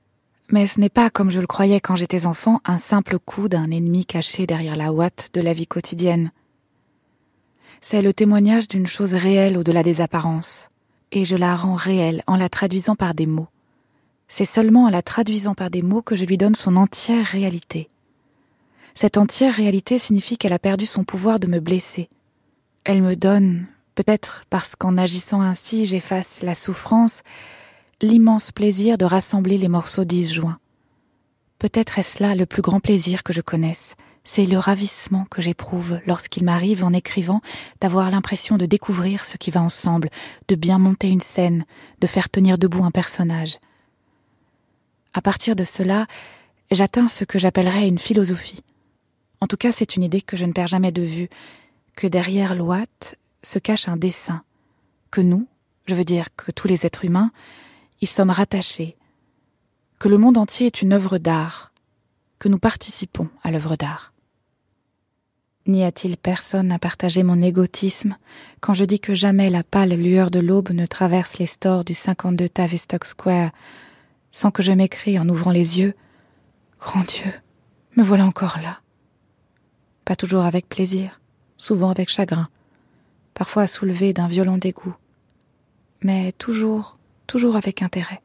Speaker 2: Mais ce n'est pas, comme je le croyais quand j'étais enfant, un simple coup d'un ennemi caché derrière la ouate de la vie quotidienne. C'est le témoignage d'une chose réelle au-delà des apparences, et je la rends réelle en la traduisant par des mots. C'est seulement en la traduisant par des mots que je lui donne son entière réalité. Cette entière réalité signifie qu'elle a perdu son pouvoir de me blesser. Elle me donne, peut-être parce qu'en agissant ainsi j'efface la souffrance, l'immense plaisir de rassembler les morceaux disjoints. Peut-être est-ce là le plus grand plaisir que je connaisse. C'est le ravissement que j'éprouve lorsqu'il m'arrive, en écrivant, d'avoir l'impression de découvrir ce qui va ensemble, de bien monter une scène, de faire tenir debout un personnage. À partir de cela, j'atteins ce que j'appellerais une philosophie. En tout cas, c'est une idée que je ne perds jamais de vue, que derrière l'ouate se cache un dessin, que nous, je veux dire que tous les êtres humains, y sommes rattachés, que le monde entier est une œuvre d'art, que nous participons à l'œuvre d'art. N'y a-t-il personne à partager mon égotisme quand je dis que jamais la pâle lueur de l'aube ne traverse les stores du cinquante-deux Tavistock Square sans que je m'écrie en ouvrant les yeux « Grand Dieu, me voilà encore là !» Pas toujours avec plaisir, souvent avec chagrin, parfois soulevé d'un violent dégoût, mais toujours, toujours avec intérêt.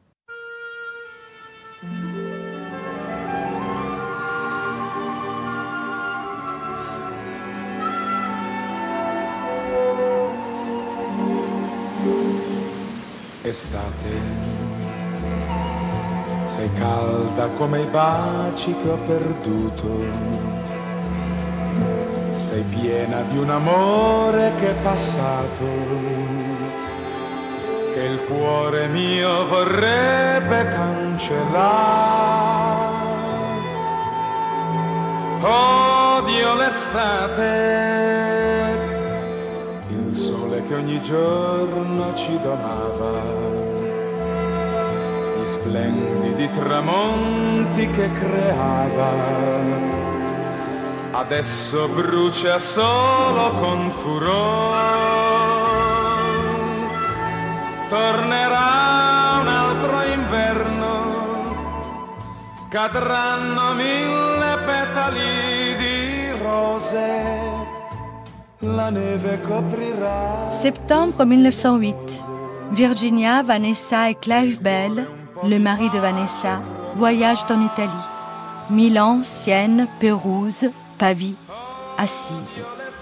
Speaker 6: Estate, sei calda come i baci che ho perduto, sei piena di un amore che è passato, che il cuore mio vorrebbe cancellare. Odio l'estate, il sole che ogni giorno ci domava, gli splendidi tramonti che creava. Adesso brucia solo con furore, tornerà un altro inverno, cadranno mille petali di rose. La neve coprirà.
Speaker 1: Septembre mille neuf cent huit. Virginia, Vanessa et Clive Bell, le mari de Vanessa, voyagent en Italie. Milan, Sienne, Pérouse, Pavie, Assise.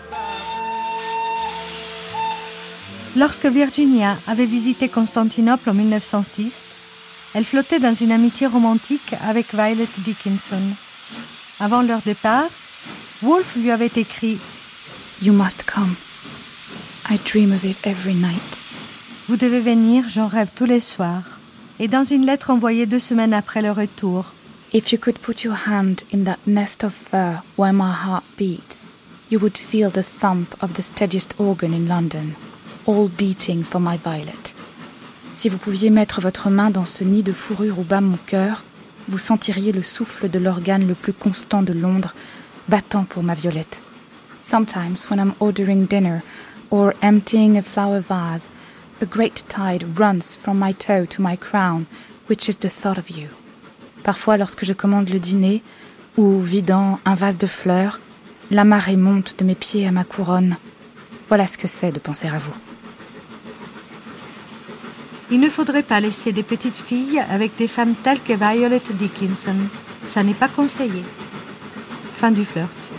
Speaker 1: Lorsque Virginia avait visité Constantinople en mille neuf cent six, elle flottait dans une amitié romantique avec Violet Dickinson. Avant leur départ, Woolf lui avait écrit «
Speaker 2: You must come. I dream of it every night. »
Speaker 1: Vous devez venir, j'en rêve tous les soirs. Et dans une lettre envoyée deux semaines après le retour,
Speaker 2: If you could put your hand in that nest of fur where my heart beats, you would feel the thump of the steadiest organ in London, all beating for my Violet. Si vous pouviez mettre votre main dans ce nid de fourrure où bat mon cœur, vous sentiriez le souffle de l'organe le plus constant de Londres, battant pour ma Violette. Sometimes when I'm ordering dinner or emptying a flower vase, a great tide runs from my toe to my crown, which is the thought of you. Parfois, lorsque je commande le dîner, ou vidant un vase de fleurs, la marée monte de mes pieds à ma couronne. Voilà ce que c'est de penser à vous.
Speaker 1: il ne faudrait pas laisser des petites filles avec des femmes telles que Violet Dickinson. Ça n'est pas conseillé. Fin du flirt.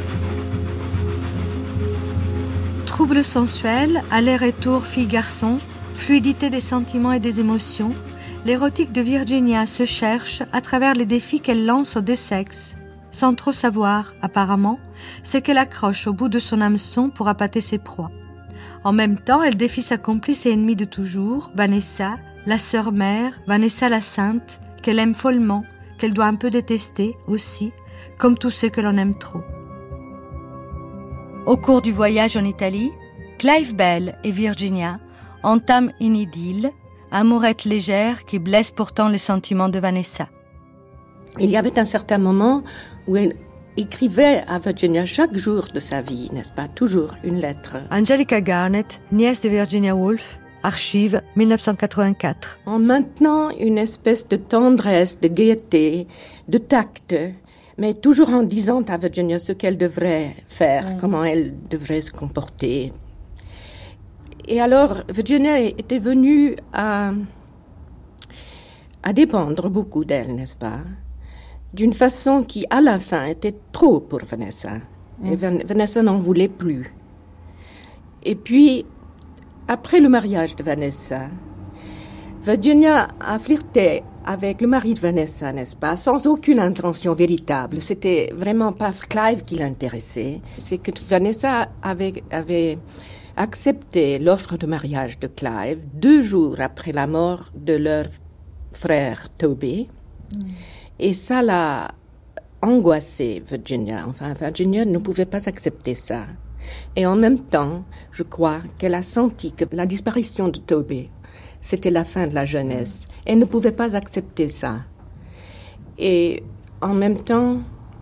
Speaker 1: Trouble sensuel, aller-retour fille-garçon, fluidité des sentiments et des émotions, l'érotique de Virginia se cherche à travers les défis qu'elle lance aux deux sexes, sans trop savoir, apparemment, ce qu'elle accroche au bout de son hameçon pour appâter ses proies. En même temps, elle défie sa complice et ennemie de toujours, Vanessa, la sœur mère, Vanessa la sainte, qu'elle aime follement, qu'elle doit un peu détester aussi, comme tous ceux que l'on aime trop. Au cours du voyage en Italie, Clive Bell et Virginia entament une idylle, amourette légère qui blesse pourtant les sentiments de Vanessa.
Speaker 3: Il y avait un certain moment où elle écrivait à Virginia chaque jour de sa vie, n'est-ce pas, toujours une lettre.
Speaker 1: Angelica Garnett, nièce de Virginia Woolf, Archives dix-neuf cent quatre-vingt-quatre.
Speaker 3: En maintenant une espèce de tendresse, de gaieté, de tact, mais toujours en disant à Virginia ce qu'elle devrait faire, mmh. comment elle devrait se comporter. Et alors, Virginia était venue à, à dépendre beaucoup d'elle, n'est-ce pas? D'une façon qui, à la fin, était trop pour Vanessa. Mmh. Et Van- Vanessa n'en voulait plus. Et puis, après le mariage de Vanessa, Virginia a flirté avec le mari de Vanessa, n'est-ce pas, sans aucune intention véritable. C'était vraiment pas Clive qui l'intéressait. C'est que Vanessa avait, avait accepté l'offre de mariage de Clive deux jours après la mort de leur frère Toby. Mm. Et ça l'a angoissée, Virginia. Enfin, Virginia ne pouvait pas accepter ça. Et en même temps, je crois qu'elle a senti que la disparition de Toby, c'était la fin de la jeunesse. Elle ne pouvait pas accepter ça. Et en même temps,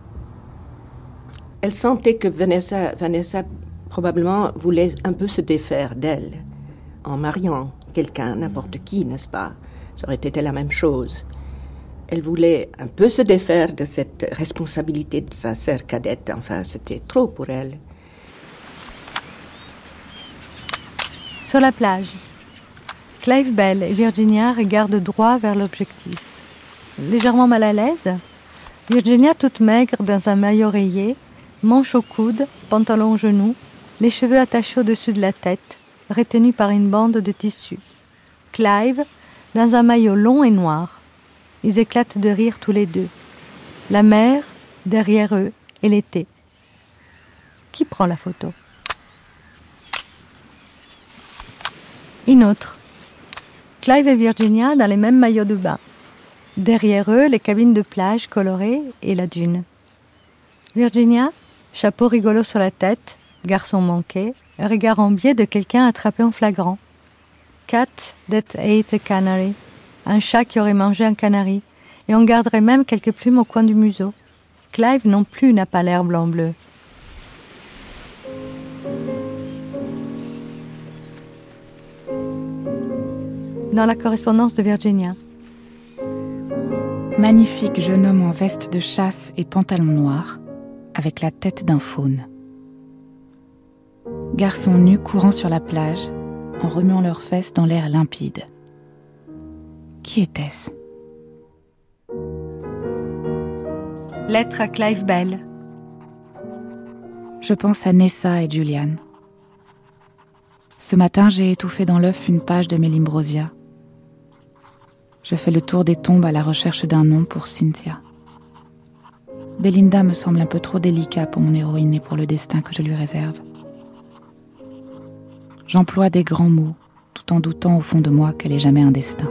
Speaker 3: elle sentait que Vanessa, Vanessa probablement voulait un peu se défaire d'elle en mariant quelqu'un, n'importe qui, n'est-ce pas? Ça aurait été la même chose. Elle voulait un peu se défaire de cette responsabilité de sa sœur cadette. Enfin, c'était trop pour elle.
Speaker 1: Sur la plage, Clive Bell et Virginia regardent droit vers l'objectif. Légèrement mal à l'aise, Virginia toute maigre dans un maillot rayé, manche au coude, pantalon aux genoux, les cheveux attachés au-dessus de la tête, retenus par une bande de tissu. Clive dans un maillot long et noir. Ils éclatent de rire tous les deux. La mer, derrière eux, et l'été. Qui prend la photo? Une autre. Clive et Virginia dans les mêmes maillots de bain. Derrière eux, les cabines de plage colorées et la dune. Virginia, chapeau rigolo sur la tête, garçon manqué, regard en biais de quelqu'un attrapé en flagrant. Cat that ate a canary. Un chat qui aurait mangé un canari. Et on garderait même quelques plumes au coin du museau. Clive non plus n'a pas l'air blanc-bleu. Dans la correspondance de Virginia.
Speaker 2: Magnifique jeune homme en veste de chasse et pantalon noir, avec la tête d'un faune. Garçons nus courant sur la plage, en remuant leurs fesses dans l'air limpide. Qui était-ce?
Speaker 1: Lettre à Clive Bell.
Speaker 2: Je pense à Nessa et Julian. Ce matin, j'ai étouffé dans l'œuf une page de Mélimbrosia. Je fais le tour des tombes à la recherche d'un nom pour Cynthia. Belinda me semble un peu trop délicat pour mon héroïne et pour le destin que je lui réserve. J'emploie des grands mots, tout en doutant au fond de moi qu'elle ait jamais un destin.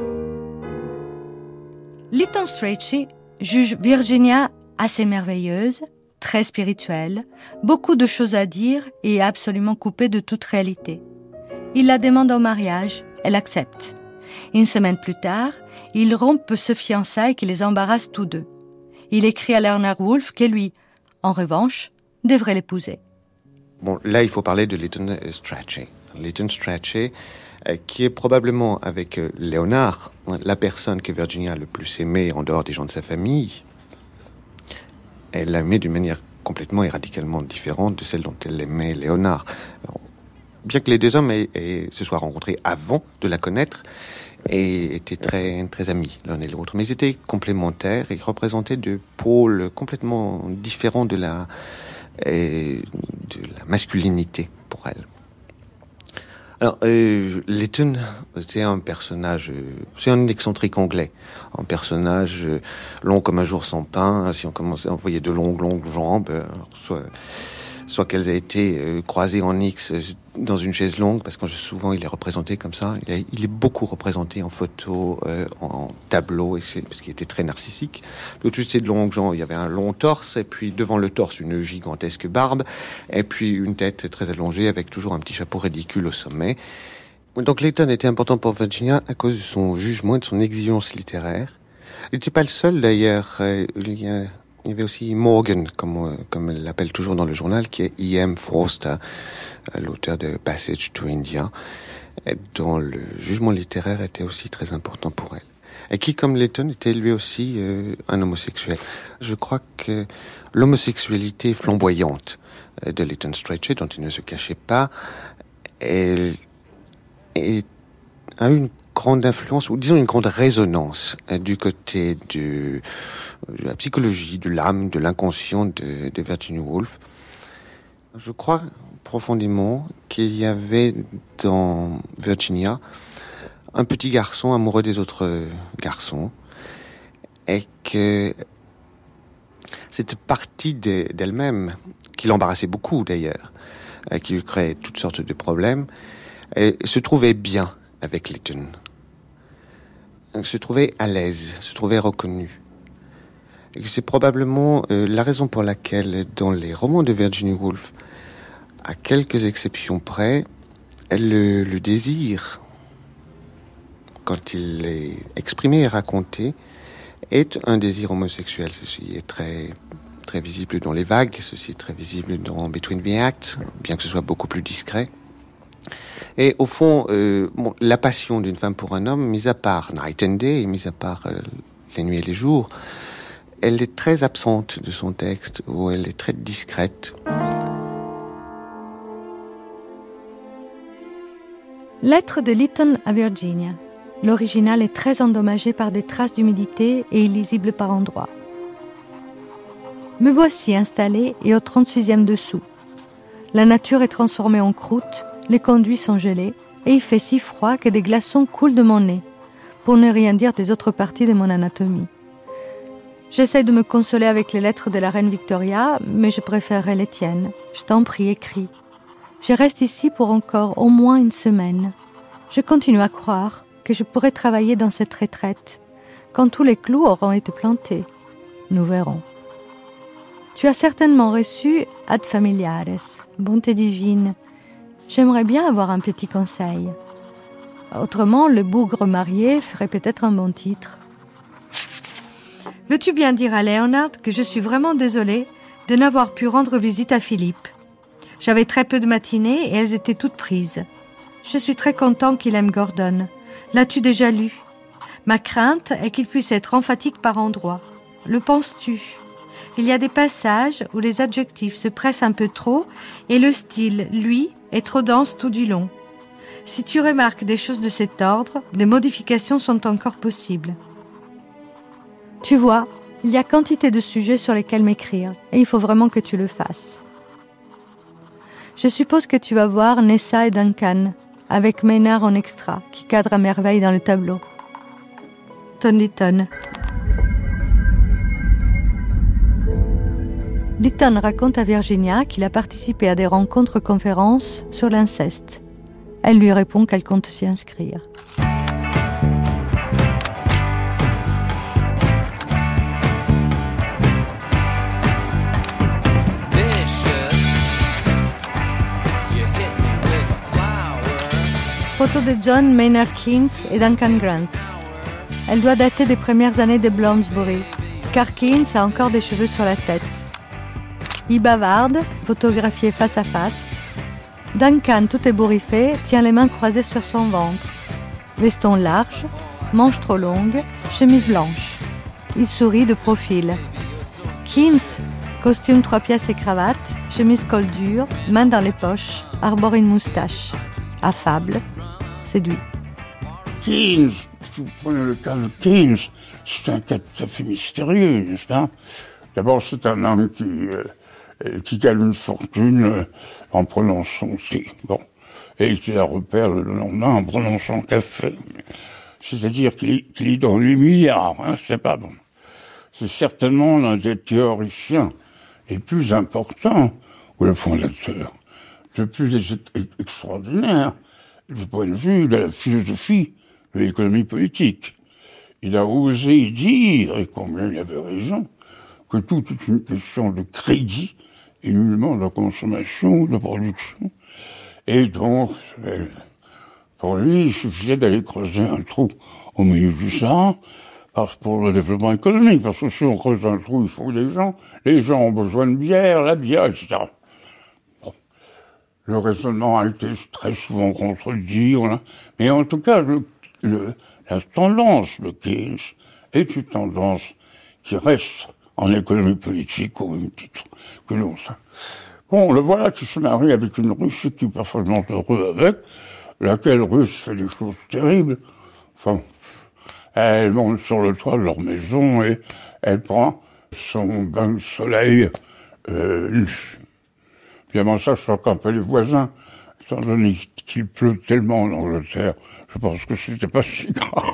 Speaker 1: Lytton Strachey juge Virginia assez merveilleuse, très spirituelle, beaucoup de choses à dire et absolument coupée de toute réalité. Il la demande en mariage, elle accepte. Une semaine plus tard, ils rompent ce fiançailles qui les embarrasse tous deux. Il écrit à Lerner Wolfe que lui, en revanche, devrait l'épouser.
Speaker 4: Bon, là, il faut parler de Lytton Strachey. Lytton Strachey, euh, qui est probablement, avec euh, Léonard, la personne que Virginia a le plus aimée en dehors des gens de sa famille. Elle l'a aimé d'une manière complètement et radicalement différente de celle dont elle aimait Léonard. Alors, bien que les deux hommes aient, aient, se soient rencontrés avant de la connaître et étaient très, très amis l'un et l'autre, mais ils étaient complémentaires et représentaient deux pôles complètement différents de la, et de la masculinité pour elle. Alors, euh, Lytton, c'est un personnage, euh, c'est un excentrique anglais, un personnage euh, long comme un jour sans pain. Si on commençait à envoyer de longues, longues jambes, euh, soit, soit qu'elles aient été euh, croisées en X euh, dans une chaise longue, parce que souvent il est représenté comme ça. Il est, il est beaucoup représenté en photo, euh, en tableau, parce qu'il était très narcissique. Au-dessus de ces longues jambes, il y avait un long torse, et puis devant le torse, une gigantesque barbe, et puis une tête très allongée avec toujours un petit chapeau ridicule au sommet. Donc Lytton était important pour Virginia à cause de son jugement et de son exigence littéraire. Il n'était pas le seul d'ailleurs. Il y a Il y avait aussi Morgan, comme, comme elle l'appelle toujours dans le journal, qui est E M Forster, l'auteur de Passage to India. dont le jugement littéraire était aussi très important pour elle. Et qui, comme Leighton, était lui aussi euh, un homosexuel. Je crois que l'homosexualité flamboyante de Leighton Strachey, dont il ne se cachait pas, elle, elle a eu une grande influence, ou disons une grande résonance euh, du côté de, de la psychologie, de l'âme, de l'inconscient de, de Virginia Woolf. Je crois profondément qu'il y avait dans Virginia un petit garçon amoureux des autres garçons, et que cette partie d'elle-même, qui l'embarrassait beaucoup d'ailleurs, qui lui créait toutes sortes de problèmes, se trouvait bien avec Leighton, se trouvait à l'aise, se trouvait reconnue. Et c'est probablement euh, la raison pour laquelle, dans les romans de Virginia Woolf, à quelques exceptions près, le, le désir, quand il est exprimé et raconté, est un désir homosexuel. Ceci est très, très visible dans Les Vagues, ceci est très visible dans Between the Acts, bien que ce soit beaucoup plus discret. Et au fond, euh, bon, la passion d'une femme pour un homme, mis à part Night and Day, mis à part euh, les nuits et les jours, elle est très absente de son texte, où elle est très discrète.
Speaker 1: Lettre de Leighton à Virginia. L'original est très endommagé par des traces d'humidité et illisible par endroits. Me voici installé et au trente-sixième dessous. La nature est transformée en croûte, les conduits sont gelés et il fait si froid que des glaçons coulent de mon nez, pour ne rien dire des autres parties de mon anatomie. J'essaie de me consoler avec les lettres de la reine Victoria, mais je préférerais les tiennes. Je t'en prie, écris. Je reste ici pour encore au moins une semaine. Je continue à croire que je pourrais travailler dans cette retraite, quand tous les clous auront été plantés. Nous verrons. Tu as certainement reçu Ad Familiares, bonté divine. J'aimerais bien avoir un petit conseil. Autrement, le bougre marié ferait peut-être un bon titre. Veux-tu bien dire à Leonard que je suis vraiment désolée de n'avoir pu rendre visite à Philippe. J'avais très peu de matinées et elles étaient toutes prises. Je suis très content qu'il aime Gordon. L'as-tu déjà lu? Ma crainte est qu'il puisse être emphatique par endroits. Le penses-tu? Il y a des passages où les adjectifs se pressent un peu trop et le style, lui, est trop dense tout du long. Si tu remarques des choses de cet ordre, des modifications sont encore possibles. Tu vois, il y a quantité de sujets sur lesquels m'écrire et il faut vraiment que tu le fasses. Je suppose que tu vas voir Nessa et Duncan, avec Maynard en extra, qui cadre à merveille dans le tableau. Ton Leighton. Leighton raconte à Virginia qu'il a participé à des rencontres-conférences sur l'inceste. Elle lui répond qu'elle compte s'y inscrire. Photo de John Maynard Keynes et Duncan Grant. Elle doit dater des premières années de Bloomsbury, car Keynes a encore des cheveux sur la tête. Il bavarde, photographié face à face. Duncan, tout ébouriffé, tient les mains croisées sur son ventre. Veston large, manches trop longues, chemise blanche. Il sourit de profil. Keynes, costume trois pièces et cravate, chemise col dur, mains dans les poches, arbore une moustache. Affable, séduit.
Speaker 5: Keynes, si vous prenez le cas de Keynes, c'est un cas tout à fait mystérieux, n'est-ce pas? D'abord, c'est un homme qui, euh, qui gagne une fortune euh, en prononçant thé. Bon. Et qui la repère le lendemain en prononçant café. C'est-à-dire qu'il est, qu'il est dans les milliards, hein, c'est pas bon. C'est certainement l'un des théoriciens les plus importants, ou le fondateur, le plus ex- extraordinaire du point de vue de la philosophie de l'économie politique. Il a osé dire, et combien il avait raison, que tout est une question de crédit et nullement de consommation ou de production. Et donc, pour lui, il suffisait d'aller creuser un trou au milieu du Sahara pour le développement économique, parce que si on creuse un trou, il faut des gens, les gens ont besoin de bière, la bière, et cetera. Bon. le raisonnement a été très souvent contredit, voilà. Mais en tout cas, le, le, la tendance de Keynes est une tendance qui reste en économie politique au même titre que l'on sait. Bon, le voilà qui se marie avec une Russe qui est parfaitement heureux avec, laquelle Russe fait des choses terribles. Enfin, elle monte sur le toit de leur maison et elle prend son bain de soleil euh, nu. Évidemment, ça choque un peu les voisins, étant donné qu'il pleut tellement en Angleterre. Je pense que c'était pas si grave.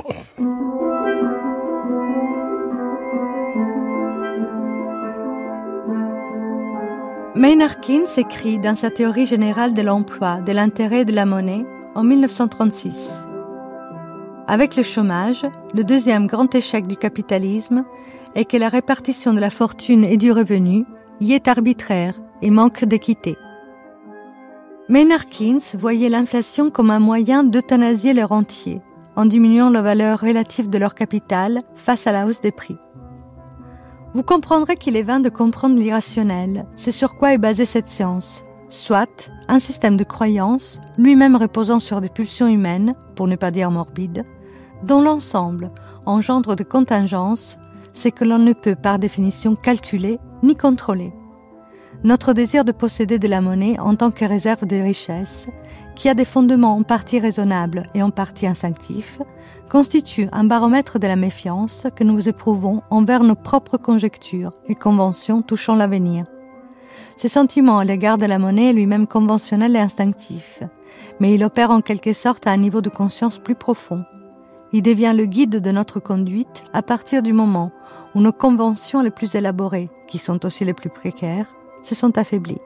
Speaker 1: Maynard Keynes écrit dans sa théorie générale de l'emploi, de l'intérêt et de la monnaie en mille neuf cent trente-six. Avec le chômage, le deuxième grand échec du capitalisme est que la répartition de la fortune et du revenu y est arbitraire et manque d'équité. Maynard Keynes voyait l'inflation comme un moyen d'euthanasier les rentiers, en diminuant la valeur relative de leur capital face à la hausse des prix. Vous comprendrez qu'il est vain de comprendre l'irrationnel, c'est sur quoi est basée cette science, soit un système de croyances, lui-même reposant sur des pulsions humaines, pour ne pas dire morbides, dont l'ensemble engendre de contingences, c'est que l'on ne peut par définition calculer ni contrôler. Notre désir de posséder de la monnaie en tant que réserve de richesse, qui a des fondements en partie raisonnables et en partie instinctifs, constitue un baromètre de la méfiance que nous éprouvons envers nos propres conjectures et conventions touchant l'avenir. Ce sentiment à l'égard de la monnaie est lui-même conventionnel et instinctif, mais il opère en quelque sorte à un niveau de conscience plus profond. Il devient le guide de notre conduite à partir du moment où nos conventions les plus élaborées, qui sont aussi les plus précaires, se sont affaiblies.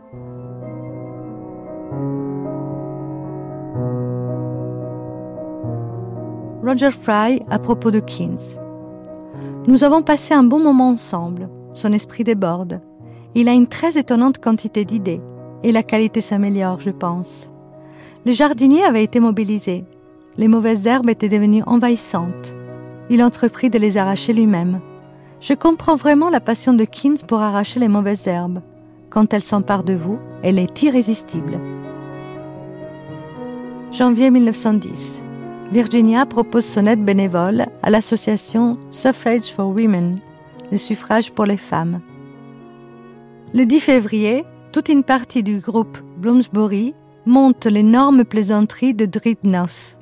Speaker 1: Roger Fry à propos de Keynes. Nous avons passé un bon moment ensemble. Son esprit déborde. Il a une très étonnante quantité d'idées et la qualité s'améliore, je pense. Les jardiniers avaient été mobilisés. Les mauvaises herbes étaient devenues envahissantes. Il entreprit de les arracher lui-même. Je comprends vraiment la passion de Keynes pour arracher les mauvaises herbes. Quand elle s'empare de vous, elle est irrésistible. Janvier mille neuf cent dix. Virginia propose son aide bénévole à l'association Suffrage for Women, le suffrage pour les femmes. Le dix février, toute une partie du groupe Bloomsbury monte l'énorme plaisanterie de Dreadnought.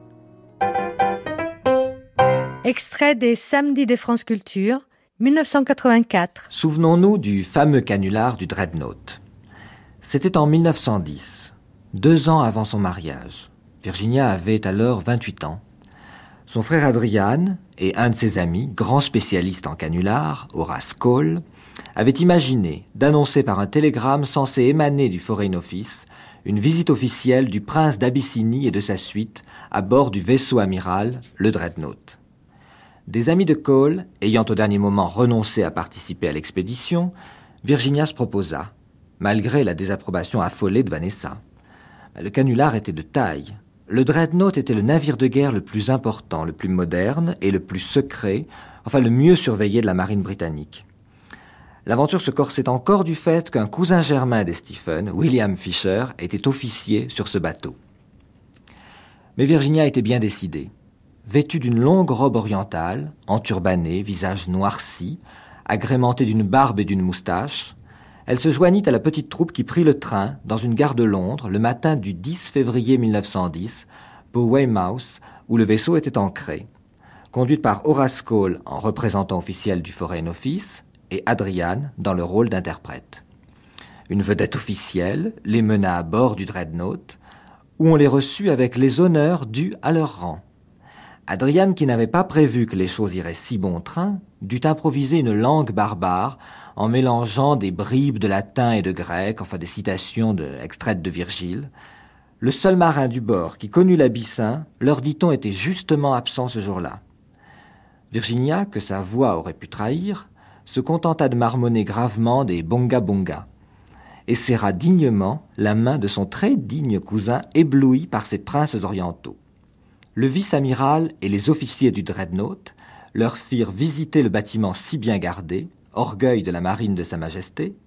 Speaker 1: Extrait des Samedis de France Culture, mille neuf cent quatre-vingt-quatre.
Speaker 7: Souvenons-nous du fameux canular du Dreadnought. C'était en mille neuf cent dix, deux ans avant son mariage. Virginia avait alors vingt-huit ans. Son frère Adrian et un de ses amis, grand spécialiste en canular, Horace Cole, avaient imaginé d'annoncer par un télégramme censé émaner du Foreign Office une visite officielle du prince d'Abyssinie et de sa suite à bord du vaisseau amiral, le Dreadnought. Des amis de Cole, ayant au dernier moment renoncé à participer à l'expédition, Virginia se proposa, malgré la désapprobation affolée de Vanessa. Le canular était de taille. Le Dreadnought était le navire de guerre le plus important, le plus moderne et le plus secret, enfin le mieux surveillé de la marine britannique. L'aventure se corsait encore du fait qu'un cousin germain des Stephen, William Fisher, était officier sur ce bateau. Mais Virginia était bien décidée. Vêtue d'une longue robe orientale, enturbanée, visage noirci, agrémentée d'une barbe et d'une moustache, elle se joignit à la petite troupe qui prit le train dans une gare de Londres le matin du dix février mille neuf cent dix pour Weymouth, où le vaisseau était ancré. Conduite par Horace Cole en représentant officiel du Foreign Office et Adrian dans le rôle d'interprète. Une vedette officielle les mena à bord du Dreadnought, où on les reçut avec les honneurs dus à leur rang. Adrian, qui n'avait pas prévu que les choses iraient si bon train, dut improviser une langue barbare en mélangeant des bribes de latin et de grec, enfin des citations de, extraites de Virgile. Le seul marin du bord qui connut l'abyssin, leur dit-on, était justement absent ce jour-là. Virginia, que sa voix aurait pu trahir, se contenta de marmonner gravement des bonga bonga et serra dignement la main de son très digne cousin ébloui par ses princes orientaux. Le vice-amiral et les officiers du Dreadnought leur firent visiter le bâtiment si bien gardé, orgueil de la marine de Sa Majesté,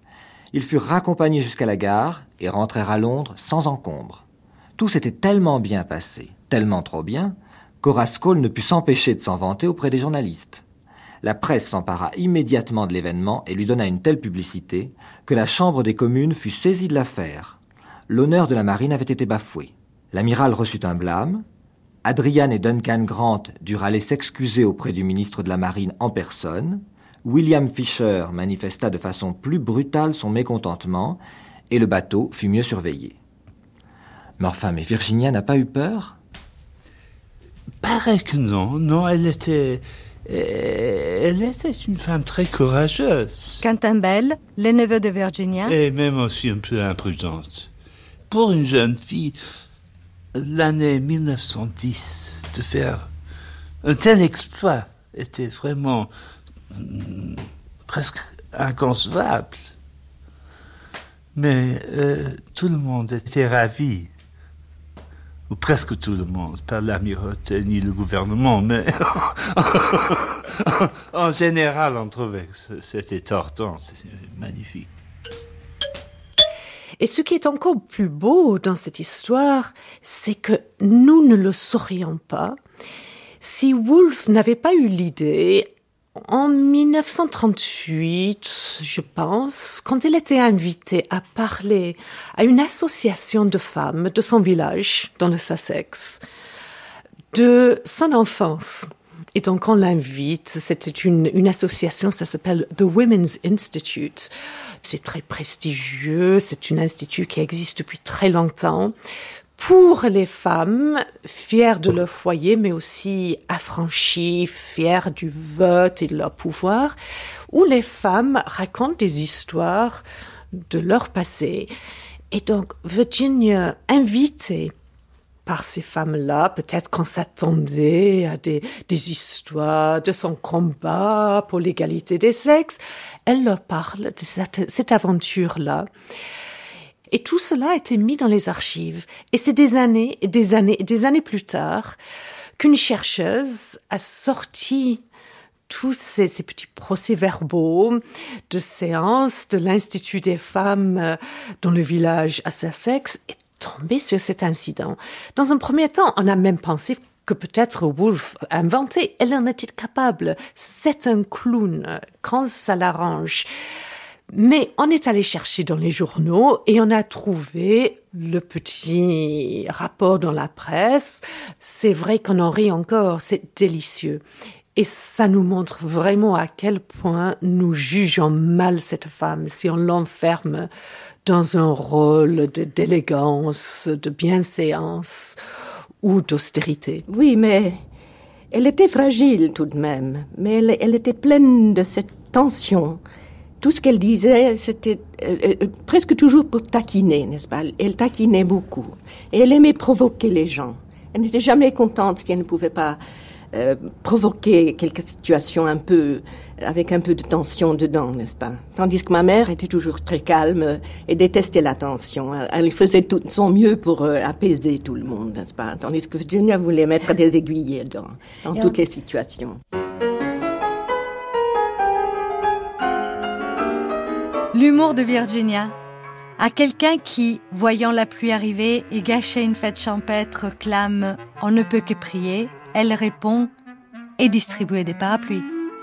Speaker 7: Ils furent raccompagnés jusqu'à la gare et rentrèrent à Londres sans encombre. Tout s'était tellement bien passé, tellement trop bien, qu'Horace Cole ne put s'empêcher de s'en vanter auprès des journalistes. La presse s'empara immédiatement de l'événement et lui donna une telle publicité que la Chambre des communes fut saisie de l'affaire. L'honneur de la marine avait été bafoué. L'amiral reçut un blâme. Adrian et Duncan Grant durent aller s'excuser auprès du ministre de la Marine en personne. William Fisher manifesta de façon plus brutale son mécontentement et le bateau fut mieux surveillé. Mais enfin, mais Virginia n'a pas eu peur ?
Speaker 8: Paraît que non, non, elle était... Elle était une femme très courageuse.
Speaker 1: Quentin Bell, le neveu de Virginia.
Speaker 8: Et même aussi un peu imprudente. Pour une jeune fille, l'année mille neuf cent dix, de faire un tel exploit était vraiment mm, presque inconcevable. Mais euh, tout le monde était ravi, ou presque tout le monde, pas l'amirauté ni le gouvernement, mais en général, on trouvait que c'était tordant, c'était magnifique.
Speaker 3: Et ce qui est encore plus beau dans cette histoire, c'est que nous ne le saurions pas si Woolf n'avait pas eu l'idée, en mille neuf cent trente-huit, je pense, quand il était invité à parler à une association de femmes de son village, dans le Sussex, de son enfance. Et donc on l'invite, c'était une, une association, ça s'appelle The Women's Institute. C'est très prestigieux, c'est un institut qui existe depuis très longtemps pour les femmes fières de leur foyer, mais aussi affranchies, fières du vote et de leur pouvoir, où les femmes racontent des histoires de leur passé. Et donc Virginia, invitée par ces femmes-là, peut-être qu'on s'attendait à des, des histoires de son combat pour l'égalité des sexes, elle leur parle de cette, cette aventure-là. Et tout cela a été mis dans les archives. Et c'est des années, et des années, et des années plus tard qu'une chercheuse a sorti tous ces, ces petits procès-verbaux de séances de l'Institut des femmes dans le village à Sussex et tombée sur cet incident. Dans un premier temps, on a même pensé que peut-être Woolf a inventé. Elle en était capable. C'est un clown quand ça l'arrange. Mais on est allé chercher dans les journaux et on a trouvé le petit rapport dans la presse. C'est vrai qu'on en rit encore, c'est délicieux. Et ça nous montre vraiment à quel point nous jugeons mal cette femme si on l'enferme dans un rôle de d'élégance, de bienséance ou d'austérité.
Speaker 9: Oui, mais elle était fragile tout de même. Mais elle, elle était pleine de cette tension. Tout ce qu'elle disait, c'était euh, euh, presque toujours pour taquiner, n'est-ce pas ? Elle taquinait beaucoup. Et elle aimait provoquer les gens. Elle n'était jamais contente si elle ne pouvait pas euh, provoquer quelques situations un peu, avec un peu de tension dedans, n'est-ce pas ? Tandis que ma mère était toujours très calme et détestait la tension. Elle faisait tout son mieux pour euh, apaiser tout le monde, n'est-ce pas ? Tandis que Virginia voulait mettre des aiguillets dans, dans toutes alors... les situations.
Speaker 1: L'humour de Virginia. À quelqu'un qui, voyant la pluie arriver et gâcher une fête champêtre, clame « On ne peut que prier », elle répond « Et distribuer des parapluies ».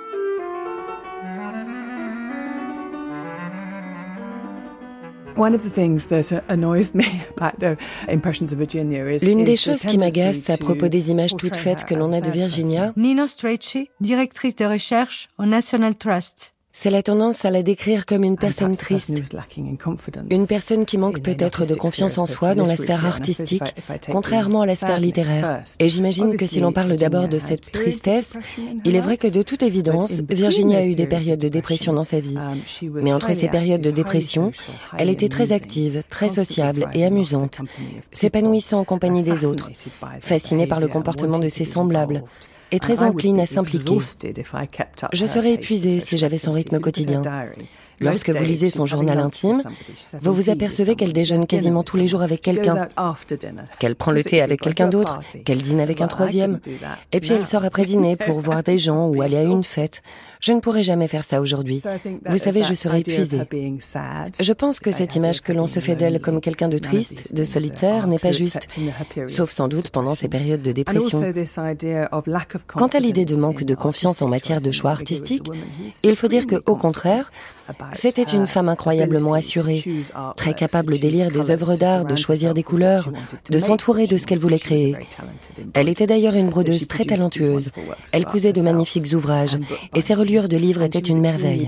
Speaker 10: L'une des choses qui m'agace à propos des images toutes faites que l'on a de Virginia,
Speaker 1: Nina Strachey, directrice de recherche au National Trust.
Speaker 10: C'est la tendance à la décrire comme une personne triste, une personne qui manque peut-être de confiance en soi dans la sphère artistique, contrairement à la sphère littéraire. Et j'imagine que si l'on parle d'abord de cette tristesse, il est vrai que de toute évidence, Virginia a eu des périodes de dépression dans sa vie. Mais entre ces périodes de dépression, elle était très active, très sociable et amusante, s'épanouissant en compagnie des autres, fascinée par le comportement de ses semblables, et très encline à s'impliquer. Je serais épuisée si j'avais son rythme quotidien. Lorsque vous lisez son journal intime, vous vous apercevez qu'elle déjeune quasiment tous les jours avec quelqu'un, qu'elle prend le thé avec quelqu'un d'autre, qu'elle dîne avec un troisième, et puis elle sort après dîner pour voir des gens ou aller à une fête. Je ne pourrais jamais faire ça aujourd'hui. Vous savez, je serais épuisée. Je pense que cette image que l'on se fait d'elle comme quelqu'un de triste, de solitaire, n'est pas juste, sauf sans doute pendant ces périodes de dépression. Quant à l'idée de manque de confiance en matière de choix artistique, il faut dire que, au contraire, c'était une femme incroyablement assurée, très capable d'élire des œuvres d'art, de choisir des couleurs, de s'entourer de ce qu'elle voulait créer. Elle était d'ailleurs une brodeuse très talentueuse. Elle cousait de magnifiques ouvrages, et ses reliures de livres étaient une merveille.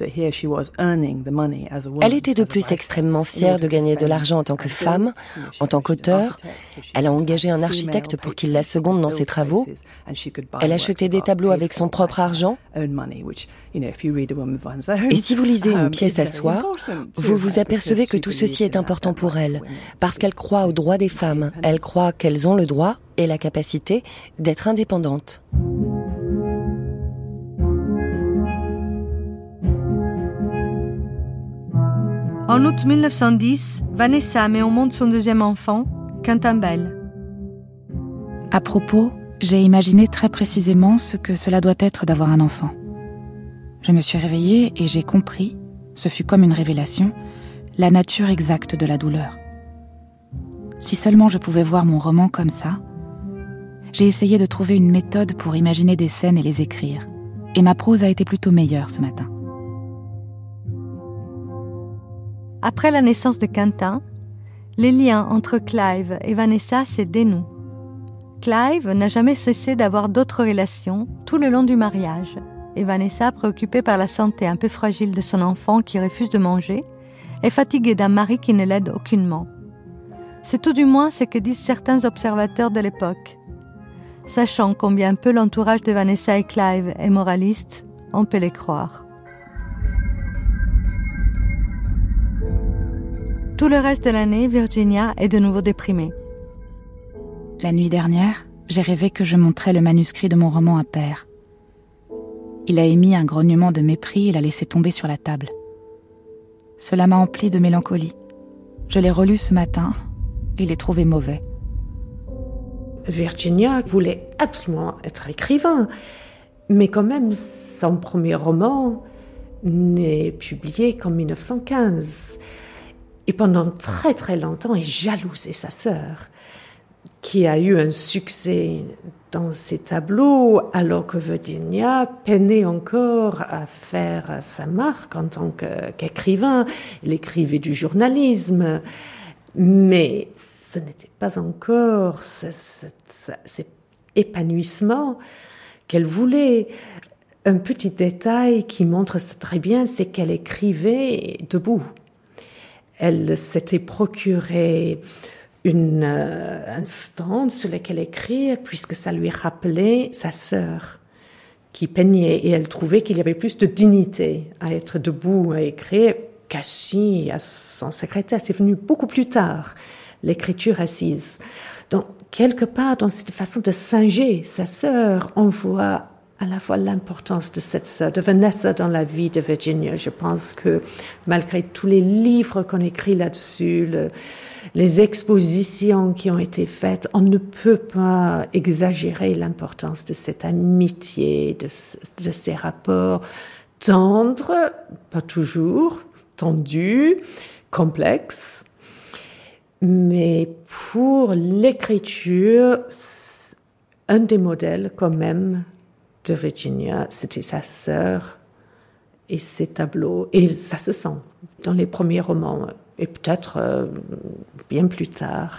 Speaker 10: Elle était de plus extrêmement fière de gagner de l'argent en tant que femme, en tant qu'auteur. Elle a engagé un architecte pour qu'il la seconde dans ses travaux. Elle achetait des tableaux avec son propre argent. Et si vous lisez une pièce à soi, vous vous apercevez que tout ceci est important pour elle, parce qu'elle croit aux droits des femmes. Elle croit qu'elles ont le droit et la capacité d'être indépendantes.
Speaker 1: En août mille neuf cent dix, Vanessa met au monde son deuxième enfant, Quentin Bell.
Speaker 2: À propos, j'ai imaginé très précisément ce que cela doit être d'avoir un enfant. Je me suis réveillée et j'ai compris, ce fut comme une révélation, la nature exacte de la douleur. Si seulement je pouvais voir mon roman comme ça, j'ai essayé de trouver une méthode pour imaginer des scènes et les écrire. Et ma prose a été plutôt meilleure ce matin.
Speaker 1: Après la naissance de Quentin, les liens entre Clive et Vanessa se dénouent. Clive n'a jamais cessé d'avoir d'autres relations tout le long du mariage. Et Vanessa, préoccupée par la santé un peu fragile de son enfant qui refuse de manger, est fatiguée d'un mari qui ne l'aide aucunement. C'est tout du moins ce que disent certains observateurs de l'époque. Sachant combien peu l'entourage de Vanessa et Clive est moraliste, on peut les croire. Tout le reste de l'année, Virginia est de nouveau déprimée.
Speaker 2: La nuit dernière, j'ai rêvé que je montrais le manuscrit de mon roman à Père. Il a émis un grognement de mépris et l'a laissé tomber sur la table. Cela m'a empli de mélancolie. Je l'ai relu ce matin et l'ai trouvé mauvais.
Speaker 3: Virginia voulait absolument être écrivain, mais quand même, son premier roman n'est publié qu'en mille neuf cent quinze. Et pendant très très longtemps, elle jalousait sa sœur, qui a eu un succès dans ses tableaux, alors que Virginia peinait encore à faire sa marque en tant qu'écrivain. Elle écrivait du journalisme, mais ce n'était pas encore cet épanouissement qu'elle voulait. Un petit détail qui montre ça très bien, c'est qu'elle écrivait debout. Elle s'était procuré une, euh, un stand sur lequel écrire, puisque ça lui rappelait sa sœur qui peignait, et elle trouvait qu'il y avait plus de dignité à être debout, à écrire, qu'assis à son secrétaire. C'est venu beaucoup plus tard, l'écriture assise. Donc, quelque part, dans cette façon de singer sa sœur, on voit à la fois l'importance de cette sœur, de Vanessa dans la vie de Virginia. Je pense que malgré tous les livres qu'on écrit là-dessus, le, les expositions qui ont été faites, on ne peut pas exagérer l'importance de cette amitié, de, de ces rapports tendres, pas toujours, tendus, complexes. Mais pour l'écriture, un des modèles quand même de Virginia, c'était sa sœur et ses tableaux. Et ça se sent dans les premiers romans, et peut-être euh, bien plus tard.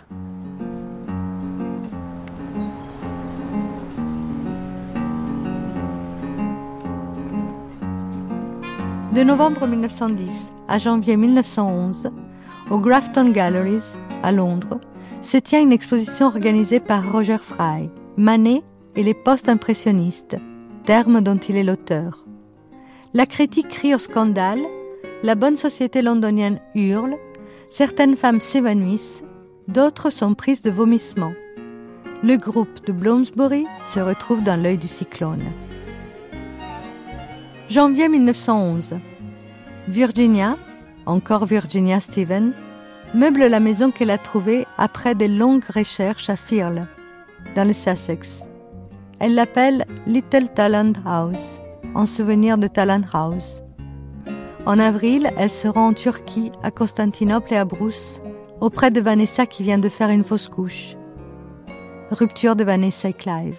Speaker 1: De novembre mille neuf cent dix à janvier mille neuf cent onze, au Grafton Galleries, à Londres, se tient une exposition organisée par Roger Fry, Manet et les post-impressionnistes, terme dont il est l'auteur. La critique crie au scandale, la bonne société londonienne hurle, certaines femmes s'évanouissent, d'autres sont prises de vomissements. Le groupe de Bloomsbury se retrouve dans l'œil du cyclone. Janvier mille neuf cent onze. Virginia, encore Virginia Steven, meuble la maison qu'elle a trouvée après de longues recherches à Firle, dans le Sussex. Elle l'appelle Little Talland House, en souvenir de Talland House. En avril, elle se rend en Turquie, à Constantinople et à Brousse, auprès de Vanessa qui vient de faire une fausse couche. Rupture de Vanessa et Clive.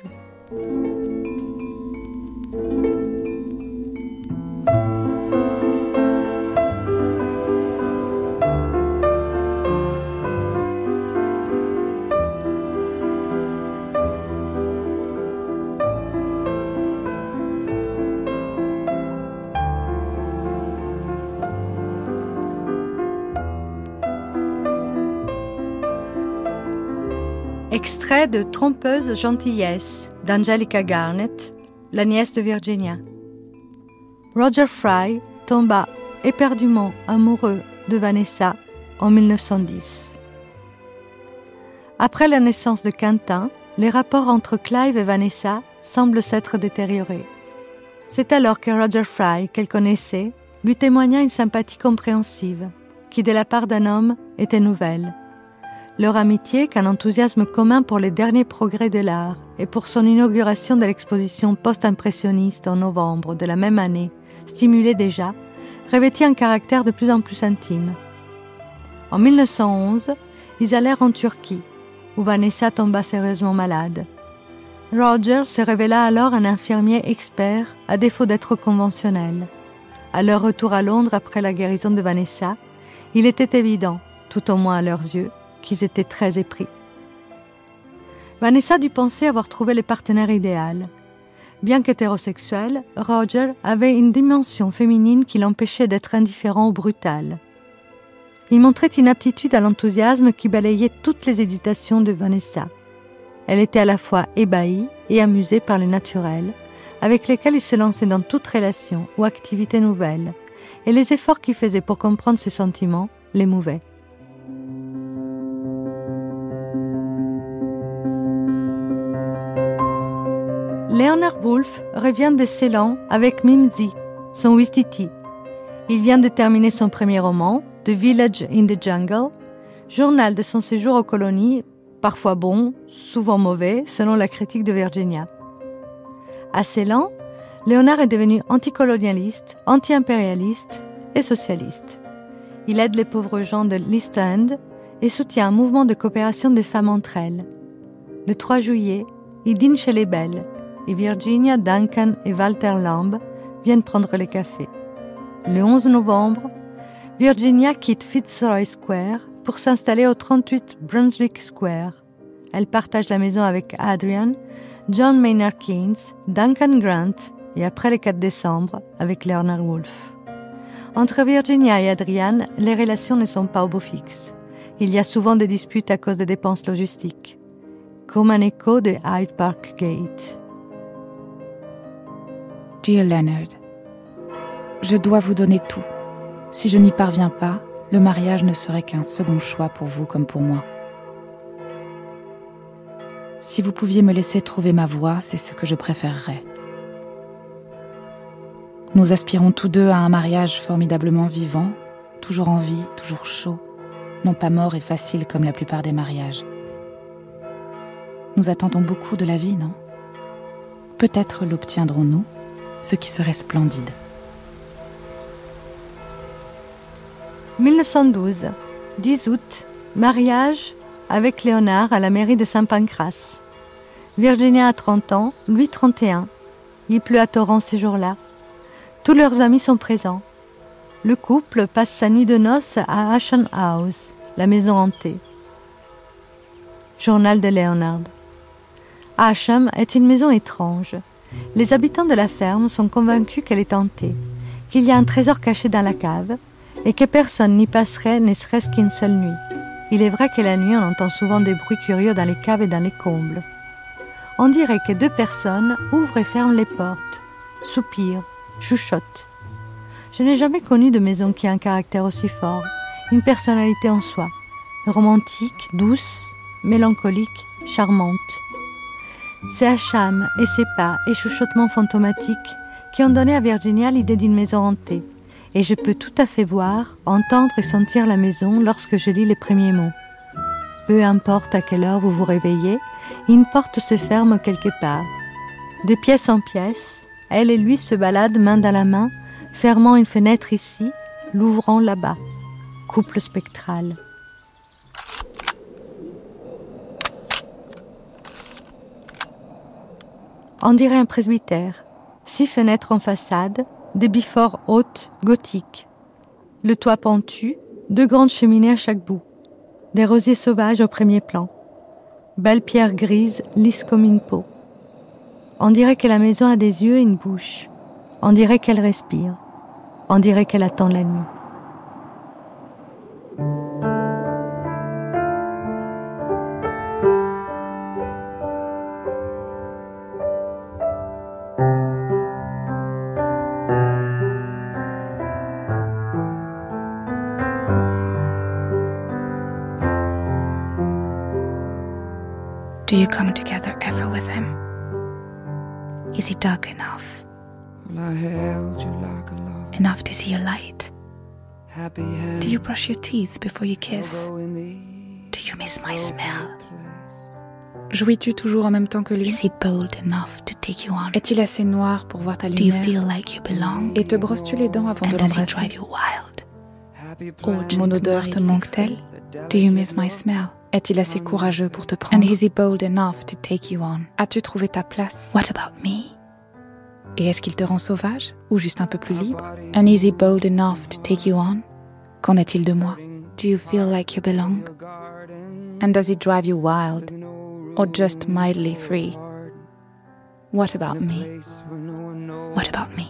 Speaker 1: Extrait de Trompeuse gentillesse d'Angelica Garnett, la nièce de Virginia. Roger Fry tomba éperdument amoureux de Vanessa en mille neuf cent dix. Après la naissance de Quentin, les rapports entre Clive et Vanessa semblent s'être détériorés. C'est alors que Roger Fry, qu'elle connaissait, lui témoigna une sympathie compréhensive, qui de la part d'un homme était nouvelle. Leur amitié, qu'un enthousiasme commun pour les derniers progrès de l'art et pour son inauguration de l'exposition post-impressionniste en novembre de la même année, stimulait déjà, revêtit un caractère de plus en plus intime. En mille neuf cent onze, ils allèrent en Turquie, où Vanessa tomba sérieusement malade. Roger se révéla alors un infirmier expert, à défaut d'être conventionnel. À leur retour à Londres après la guérison de Vanessa, il était évident, tout au moins à leurs yeux, qu'ils étaient très épris. Vanessa dut penser avoir trouvé le partenaire idéal. Bien qu'hétérosexuel, Roger avait une dimension féminine qui l'empêchait d'être indifférent ou brutal. Il montrait une aptitude à l'enthousiasme qui balayait toutes les hésitations de Vanessa. Elle était à la fois ébahie et amusée par le naturel, avec lesquels il se lançait dans toute relation ou activité nouvelle, et les efforts qu'il faisait pour comprendre ses sentiments l'émouvaient. Leonard Woolf revient de Ceylan avec Mimsy, son Ouistiti. Il vient de terminer son premier roman, The Village in the Jungle, journal de son séjour aux colonies, parfois bon, souvent mauvais, selon la critique de Virginia. À Ceylan, Léonard est devenu anticolonialiste, anti-impérialiste et socialiste. Il aide les pauvres gens de l'East End et soutient un mouvement de coopération des femmes entre elles. Le trois juillet, il dîne chez les Belles, et Virginia, Duncan et Walter Lamb viennent prendre le café. Le onze novembre, Virginia quitte Fitzroy Square pour s'installer au trente-huit Brunswick Square. Elle partage la maison avec Adrian, John Maynard Keynes, Duncan Grant et après le quatre décembre avec Leonard Woolf. Entre Virginia et Adrian, les relations ne sont pas au beau fixe. Il y a souvent des disputes à cause des dépenses logistiques, comme un écho de Hyde Park Gate.
Speaker 2: Dear Leonard, je dois vous donner tout. Si je n'y parviens pas, le mariage ne serait qu'un second choix pour vous comme pour moi. Si vous pouviez me laisser trouver ma voie, c'est ce que je préférerais. Nous aspirons tous deux à un mariage formidablement vivant, toujours en vie, toujours chaud, non pas mort et facile comme la plupart des mariages. Nous attendons beaucoup de la vie, non ? Peut-être l'obtiendrons-nous, ce qui serait splendide.
Speaker 1: mille neuf cent douze, dix août, mariage avec Léonard à la mairie de Saint-Pancras. Virginia a trente ans, lui trente et un. Il pleut à torrent ces jours-là. Tous leurs amis sont présents. Le couple passe sa nuit de noces à Asham House, la maison hantée. Journal de Léonard. Asham est une maison étrange. Les habitants de la ferme sont convaincus qu'elle est hantée, qu'il y a un trésor caché dans la cave et que personne n'y passerait ne serait-ce qu'une seule nuit. Il est vrai que la nuit, on entend souvent des bruits curieux dans les caves et dans les combles. On dirait que deux personnes ouvrent et ferment les portes, soupirent, chuchotent. Je n'ai jamais connu de maison qui a un caractère aussi fort, une personnalité en soi, romantique, douce, mélancolique, charmante. C'est Asham et ses pas et chuchotements fantomatiques qui ont donné à Virginia l'idée d'une maison hantée, et je peux tout à fait voir, entendre et sentir la maison lorsque je lis les premiers mots. Peu importe à quelle heure vous vous réveillez, une porte se ferme quelque part. De pièce en pièce, elle et lui se baladent main dans la main, fermant une fenêtre ici, l'ouvrant là-bas. Couple spectral. On dirait un presbytère. Six fenêtres en façade, des bifores hautes, gothiques. Le toit pentu, deux grandes cheminées à chaque bout. Des rosiers sauvages au premier plan. Belle pierre grise, lisse comme une peau. On dirait que la maison a des yeux et une bouche. On dirait qu'elle respire. On dirait qu'elle attend la nuit.
Speaker 2: Do you come together ever with him? Is he dark enough?
Speaker 6: Well, I held you like a lover.
Speaker 2: Enough to see your light?
Speaker 6: Happy hand.
Speaker 2: Do you brush your teeth before you kiss?
Speaker 6: Go in the
Speaker 2: Do you miss my smell? Jouis-tu toujours en même temps que lui? Is he bold enough to take you on?
Speaker 11: Est-il assez noir pour voir ta
Speaker 2: Do you
Speaker 11: lumière?
Speaker 2: feel like you belong?
Speaker 11: Et te brosses-tu les dents avant
Speaker 2: And
Speaker 11: de
Speaker 2: does he
Speaker 11: l'embrasser?
Speaker 2: drive you wild?
Speaker 6: happy
Speaker 2: Or
Speaker 6: plan.
Speaker 2: just
Speaker 11: Mon odeur te
Speaker 2: mildly
Speaker 11: manque-t-elle?
Speaker 2: free?
Speaker 11: Do you miss my smell? Est-il assez courageux pour te prendre?
Speaker 2: And is he bold enough to take you on?
Speaker 11: As-tu trouvé ta place?
Speaker 2: What about me?
Speaker 11: Et est-ce qu'il te rend sauvage? Ou juste un peu plus libre?
Speaker 2: And is he bold enough to take you on?
Speaker 11: Qu'en est-il de moi?
Speaker 2: Do you feel like you belong?
Speaker 11: And does he drive you wild? Or just mildly free?
Speaker 2: What about me? What about me?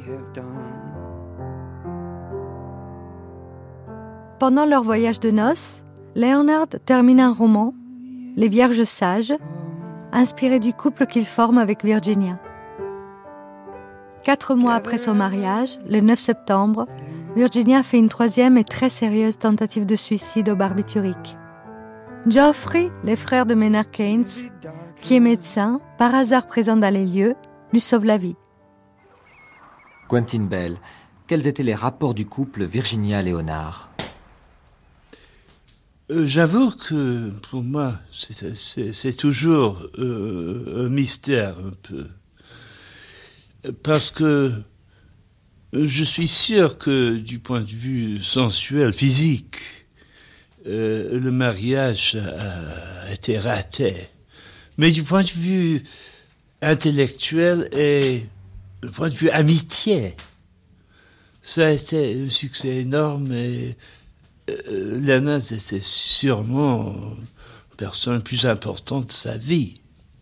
Speaker 1: Pendant leur voyage de noces, Leonard termine un roman, Les Vierges Sages, inspiré du couple qu'il forme avec Virginia. Quatre mois après son mariage, le neuf septembre, Virginia fait une troisième et très sérieuse tentative de suicide au barbiturique. Geoffrey, les frères de Maynard Keynes, qui est médecin, par hasard présent dans les lieux, lui sauve la vie.
Speaker 7: Quentin Bell, quels étaient les rapports du couple Virginia-Léonard?
Speaker 8: Euh, J'avoue que pour moi, c'est- c'est c'est toujours euh, un mystère un peu. Parce que je suis sûr que du point de vue sensuel, physique, euh, le mariage a été raté. Mais du point de vue intellectuel et du point de vue amitié, ça a été un succès énorme et euh, Leonard était sûrement la personne plus importante de sa vie.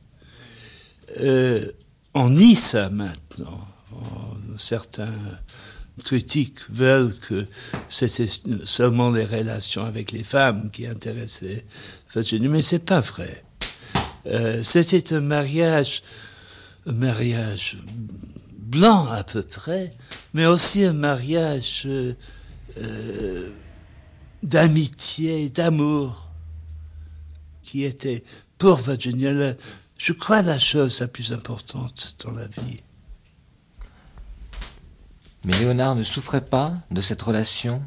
Speaker 8: Euh, on nie ça maintenant. On- certains critiques veulent que c'était seulement les relations avec les femmes qui intéressaient Virginia, mais c'est pas vrai. Euh, c'était un mariage, un mariage blanc à peu près, mais aussi un mariage euh, euh, d'amitié, d'amour, qui était pour Virginia, la- je crois, la chose la plus importante dans la vie.
Speaker 7: Mais Léonard ne souffrait pas de cette relation?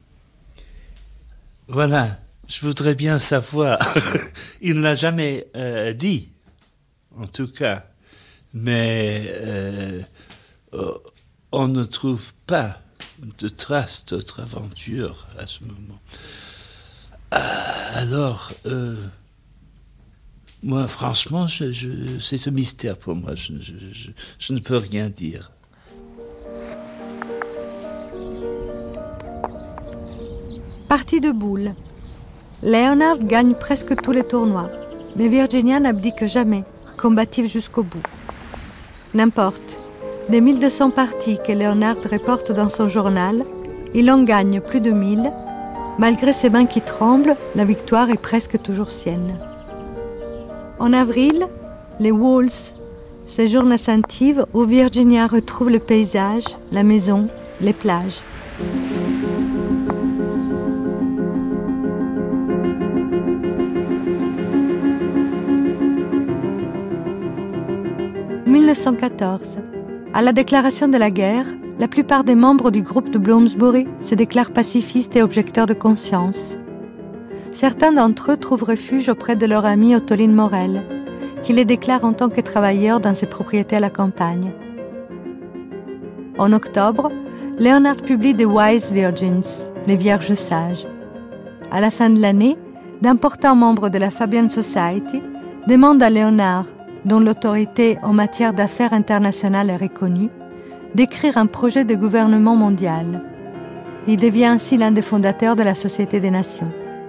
Speaker 8: Voilà, je voudrais bien savoir. Il ne l'a jamais euh, dit, en tout cas. Mais euh, euh, on ne trouve pas de traces d'autre aventure à ce moment. Ah, alors, euh, moi, franchement, je, je, c'est un mystère pour moi. Je, je, je, je ne peux rien dire.
Speaker 1: Partie de boules. Leonard gagne presque tous les tournois, mais Virginia n'abdique jamais, combative jusqu'au bout. N'importe, des mille deux cents parties que Leonard reporte dans son journal, il en gagne plus de mille. Malgré ses mains qui tremblent, la victoire est presque toujours sienne. En avril, les Walls séjournent à Saint-Yves où Virginia retrouve le paysage, la maison, les plages. mille neuf cent quatorze. À la déclaration de la guerre, la plupart des membres du groupe de Bloomsbury se déclarent pacifistes et objecteurs de conscience. Certains d'entre eux trouvent refuge auprès de leur ami Ottoline Morel, qui les déclare en tant que travailleurs dans ses propriétés à la campagne. En octobre, Leonard publie The Wise Virgins, les Vierges sages. À la fin de l'année, d'importants membres de la Fabian Society demandent à Leonard, dont l'autorité en matière d'affaires internationales est reconnue, d'écrire un projet de gouvernement mondial. Il devient ainsi l'un des fondateurs de la Société des Nations.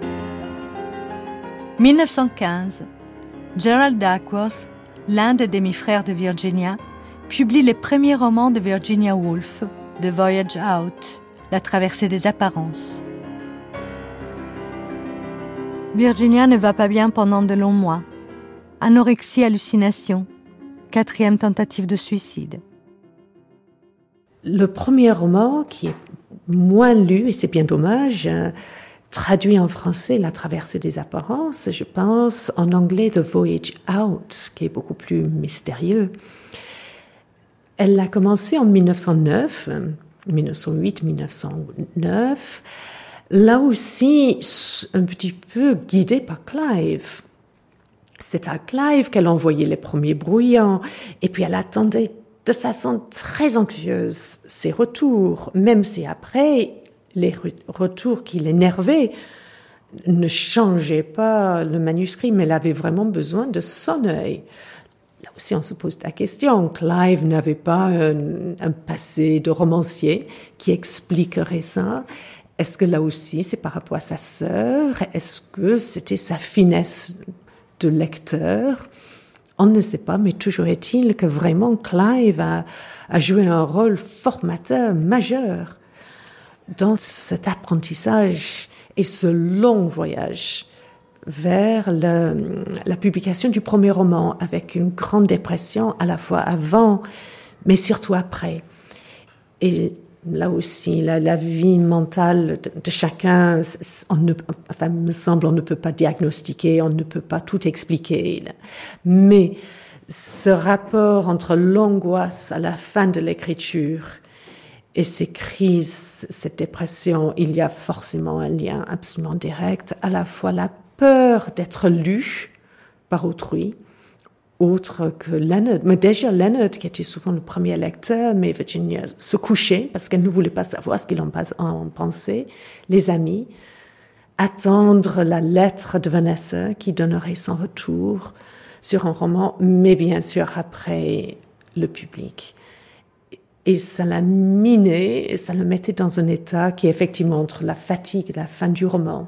Speaker 1: mille neuf cent quinze, Gerald Duckworth, l'un des demi-frères de Virginia, publie le premier roman de Virginia Woolf, The Voyage Out, La traversée des apparences. Virginia ne va pas bien pendant de longs mois. Anorexie, hallucination, quatrième tentative de suicide.
Speaker 3: Le premier roman, qui est moins lu, et c'est bien dommage, euh, traduit en français La traversée des apparences, je pense, en anglais The Voyage Out, qui est beaucoup plus mystérieux. Elle a commencé en mille neuf cent neuf, mille neuf cent huit mille neuf cent neuf, là aussi un petit peu guidée par Clive. C'est à Clive qu'elle envoyait les premiers brouillons, et puis elle attendait de façon très anxieuse ses retours, même si après, les retours qui l'énervaient ne changeaient pas le manuscrit, mais elle avait vraiment besoin de son œil. Là aussi, on se pose la question. Clive n'avait pas un, un passé de romancier qui expliquerait ça. Est-ce que là aussi, c'est par rapport à sa sœur? Est-ce que c'était sa finesse de lecteur? On ne sait pas, mais toujours est-il que vraiment Clive a, a joué un rôle formateur, majeur dans cet apprentissage et ce long voyage vers le, la publication du premier roman, avec une grande dépression à la fois avant, mais surtout après. Et là aussi, la, la vie mentale de, de chacun, on ne, enfin, me semble, on ne peut pas diagnostiquer, on ne peut pas tout expliquer. Mais ce rapport entre l'angoisse à la fin de l'écriture et ces crises, cette dépression, il y a forcément un lien absolument direct, à la fois la peur d'être lu par autrui, autre que Leonard. Mais déjà Leonard, qui était souvent le premier lecteur, mais Virginia se couchait parce qu'elle ne voulait pas savoir ce qu'il en, en pensait. Les amis, attendre la lettre de Vanessa qui donnerait son retour sur un roman, mais bien sûr après le public. Et ça l'a miné, et ça le mettait dans un état qui est effectivement entre la fatigue et la fin du roman.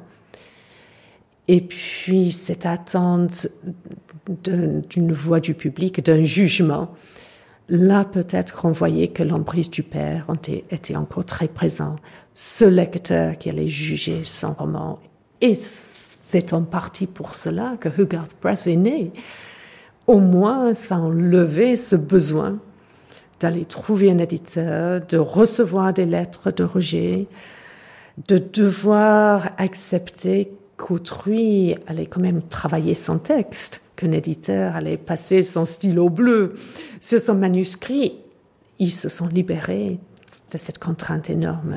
Speaker 3: Et puis cette attente de, d'une voix du public, d'un jugement. Là, peut-être qu'on voyait que l'emprise du père était, était encore très présent. Ce lecteur qui allait juger son roman. Et c'est en partie pour cela que Hogarth Press est né. Au moins, ça enlevait ce besoin d'aller trouver un éditeur, de recevoir des lettres de rejet, de devoir accepter qu'autrui allait quand même travailler son texte, qu'un éditeur allait passer son stylo bleu sur son manuscrit. Ils se sont libérés de cette contrainte énorme.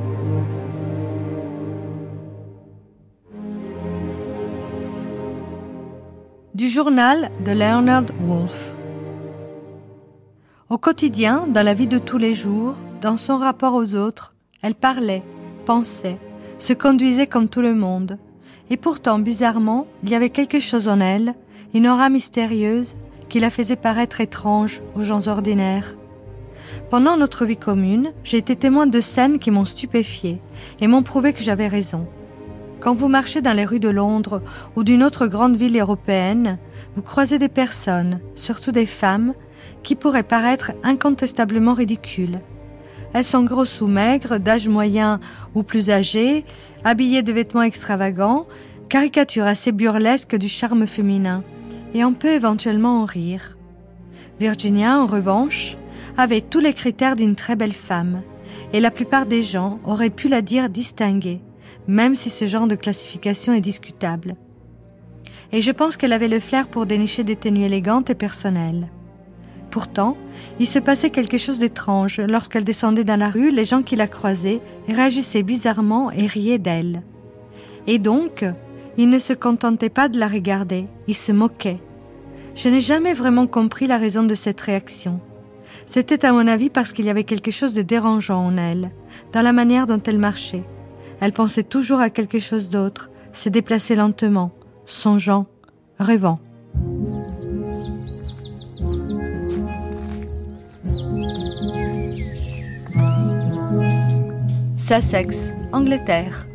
Speaker 1: Du journal de Leonard Woolf. Au quotidien, dans la vie de tous les jours, dans son rapport aux autres, elle parlait, pensait, se conduisait comme tout le monde. Et pourtant, bizarrement, il y avait quelque chose en elle, une aura mystérieuse, qui la faisait paraître étrange aux gens ordinaires. Pendant notre vie commune, j'ai été témoin de scènes qui m'ont stupéfiée et m'ont prouvé que j'avais raison. Quand vous marchez dans les rues de Londres ou d'une autre grande ville européenne, vous croisez des personnes, surtout des femmes, qui pourraient paraître incontestablement ridicules. Elles sont grosses ou maigres, d'âge moyen ou plus âgées, habillées de vêtements extravagants, caricatures assez burlesques du charme féminin, et on peut éventuellement en rire. Virginia, en revanche, avait tous les critères d'une très belle femme, et la plupart des gens auraient pu la dire distinguée, même si ce genre de classification est discutable. Et je pense qu'elle avait le flair pour dénicher des tenues élégantes et personnelles. Pourtant, il se passait quelque chose d'étrange. Lorsqu'elle descendait dans la rue, les gens qui la croisaient réagissaient bizarrement et riaient d'elle. Et donc, ils ne se contentaient pas de la regarder, ils se moquaient. Je n'ai jamais vraiment compris la raison de cette réaction. C'était à mon avis parce qu'il y avait quelque chose de dérangeant en elle, dans la manière dont elle marchait. Elle pensait toujours à quelque chose d'autre, se déplaçait lentement, songeant, rêvant. Sussex, Angleterre.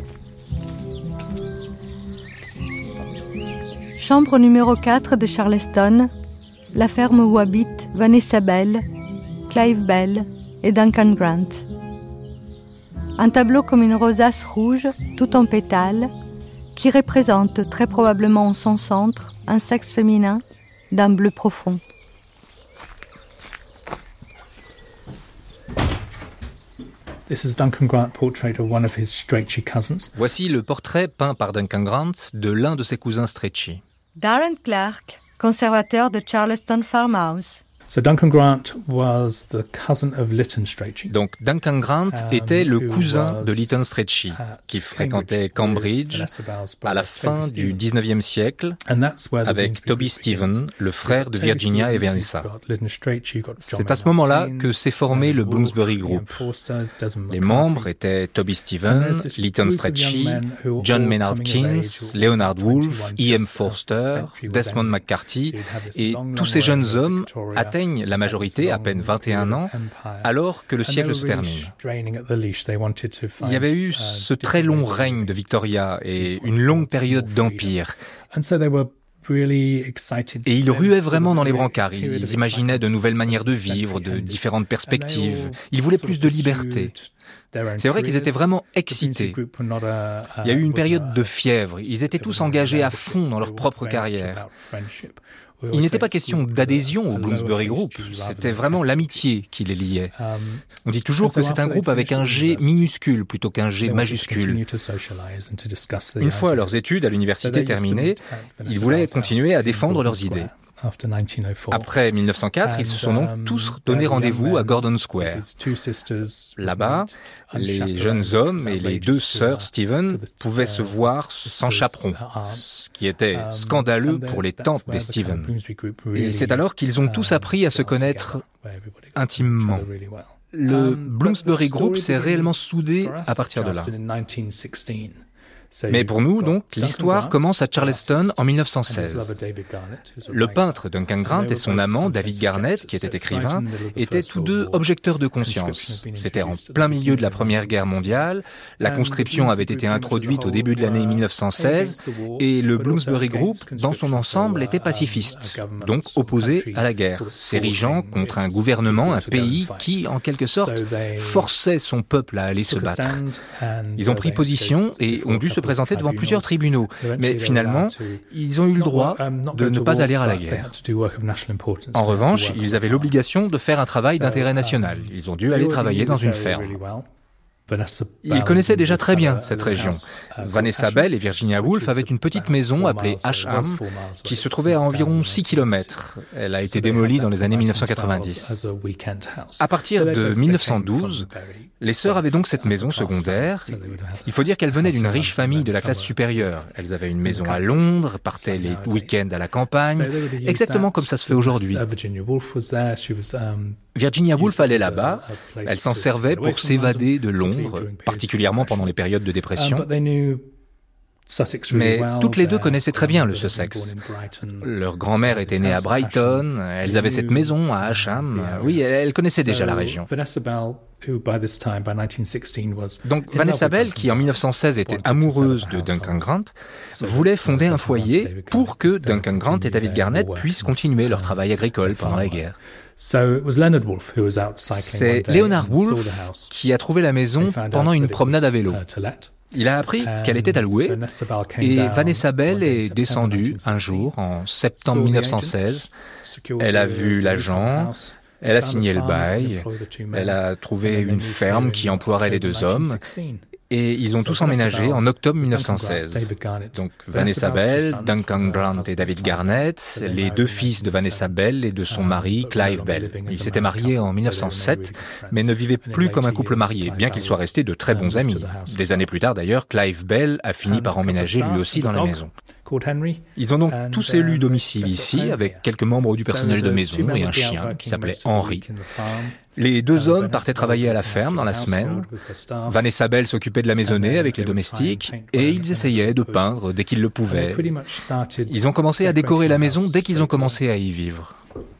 Speaker 1: Chambre numéro quatre de Charleston, la ferme où habitent Vanessa Bell, Clive Bell et Duncan Grant. Un tableau comme une rosace rouge, tout en pétales, qui représente très probablement en son centre un sexe féminin d'un bleu profond.
Speaker 12: This is Duncan Grant portrait of one of his Strachey cousins.
Speaker 13: Voici le portrait peint par Duncan Grant de l'un de ses cousins Strachey.
Speaker 1: Darren Clark, conservateur de Charleston Farmhouse.
Speaker 12: So Duncan Grant was the cousin of Lytton Strachey.
Speaker 13: Donc Duncan Grant um, était le cousin de Lytton Strachey, qui fréquentait Cambridge à la fin du dix-neuvième siècle avec Toby Stephen, le frère de Virginia et Vanessa. C'est à ce moment-là que s'est formé le Bloomsbury Group. Les membres étaient Toby Stephen, Lytton Strachey, John Maynard Keynes, Leonard Woolf, E M Forster, Desmond McCarthy, et tous ces jeunes hommes atteignent la majorité, à peine vingt et un ans, alors que le siècle se termine. Il y avait eu ce très long règne de Victoria et une longue période d'empire. Et ils ruaient vraiment dans les brancards. Ils imaginaient de nouvelles manières de vivre, de différentes perspectives. Ils voulaient plus de liberté. C'est vrai qu'ils étaient vraiment excités. Il y a eu une période de fièvre. Ils étaient tous engagés à fond dans leur propre carrière. Il n'était pas question d'adhésion au Bloomsbury Group, c'était vraiment l'amitié qui les liait. On dit toujours que c'est un groupe avec un G minuscule plutôt qu'un G majuscule. Une fois leurs études à l'université terminées, ils voulaient continuer à défendre leurs idées. Après mille neuf cent quatre, ils se sont donc tous donné rendez-vous à Gordon Square. Là-bas, les jeunes hommes et les deux sœurs Stephen pouvaient se voir sans chaperon, ce qui était scandaleux pour les tantes des Stephen. Et c'est alors qu'ils ont tous appris à se connaître intimement. Le Bloomsbury Group s'est réellement soudé à partir de là. Mais pour nous, donc, l'histoire commence à Charleston en mille neuf cent seize. Le peintre Duncan Grant et son amant David Garnett, qui était écrivain, étaient tous deux objecteurs de conscience. C'était en plein milieu de la Première Guerre mondiale, la conscription avait été introduite au début de l'année mille neuf cent seize, et le Bloomsbury Group, dans son ensemble, était pacifiste, donc opposé à la guerre, s'érigeant contre un gouvernement, un pays qui, en quelque sorte, forçait son peuple à aller se battre. Ils ont pris position et ont dû se présenter devant plusieurs tribunaux, mais finalement, ils ont eu le droit de ne pas aller à la guerre. En revanche, ils avaient l'obligation de faire un travail d'intérêt national. Ils ont dû aller travailler dans une ferme. Ils connaissaient déjà très bien cette région. Vanessa Bell et Virginia Woolf avaient une petite maison appelée Asham, qui se trouvait à environ six kilomètres. Elle a été démolie dans les années mille neuf cent quatre-vingt-dix. À partir de mille neuf cent douze, les sœurs avaient donc cette maison secondaire. Il faut dire qu'elles venaient d'une riche famille de la classe supérieure. Elles avaient une maison à Londres, partaient les week-ends à la campagne, exactement comme ça se fait aujourd'hui. Virginia Woolf allait là-bas, elle s'en servait pour s'évader de Londres, particulièrement pendant les périodes de dépression. Mais toutes les deux connaissaient très bien le Sussex. Leur grand-mère était née à Brighton, elles avaient cette maison à Asham. Oui, elles connaissaient déjà la région. Donc Vanessa Bell, qui en mille neuf cent seize était amoureuse de Duncan Grant, voulait fonder un foyer pour que Duncan Grant et David Garnett puissent continuer leur travail agricole pendant la guerre. C'est Leonard Woolf qui a trouvé la maison pendant une promenade à vélo. Il a appris qu'elle était à louer et Vanessa Bell est descendue un jour en septembre mille neuf cent seize. Elle a vu l'agent, elle a signé le bail, elle a trouvé une ferme qui emploierait les deux hommes et ils ont tous emménagé en octobre mille neuf cent seize. Donc Vanessa Bell, Duncan Grant et David Garnett, les deux fils de Vanessa Bell et de son mari Clive Bell. Ils s'étaient mariés en mille neuf cent sept, mais ne vivaient plus comme un couple marié, bien qu'ils soient restés de très bons amis. Des années plus tard d'ailleurs, Clive Bell a fini par emménager lui aussi dans la maison. Ils ont donc tous élu domicile ici, avec quelques membres du personnel de maison et un chien qui s'appelait Henry. Les deux hommes partaient travailler à la ferme dans la semaine. Vanessa Bell s'occupait de la maisonnée avec les domestiques et ils essayaient de peindre dès qu'ils le pouvaient. Ils ont commencé à décorer la maison dès qu'ils ont commencé à y vivre.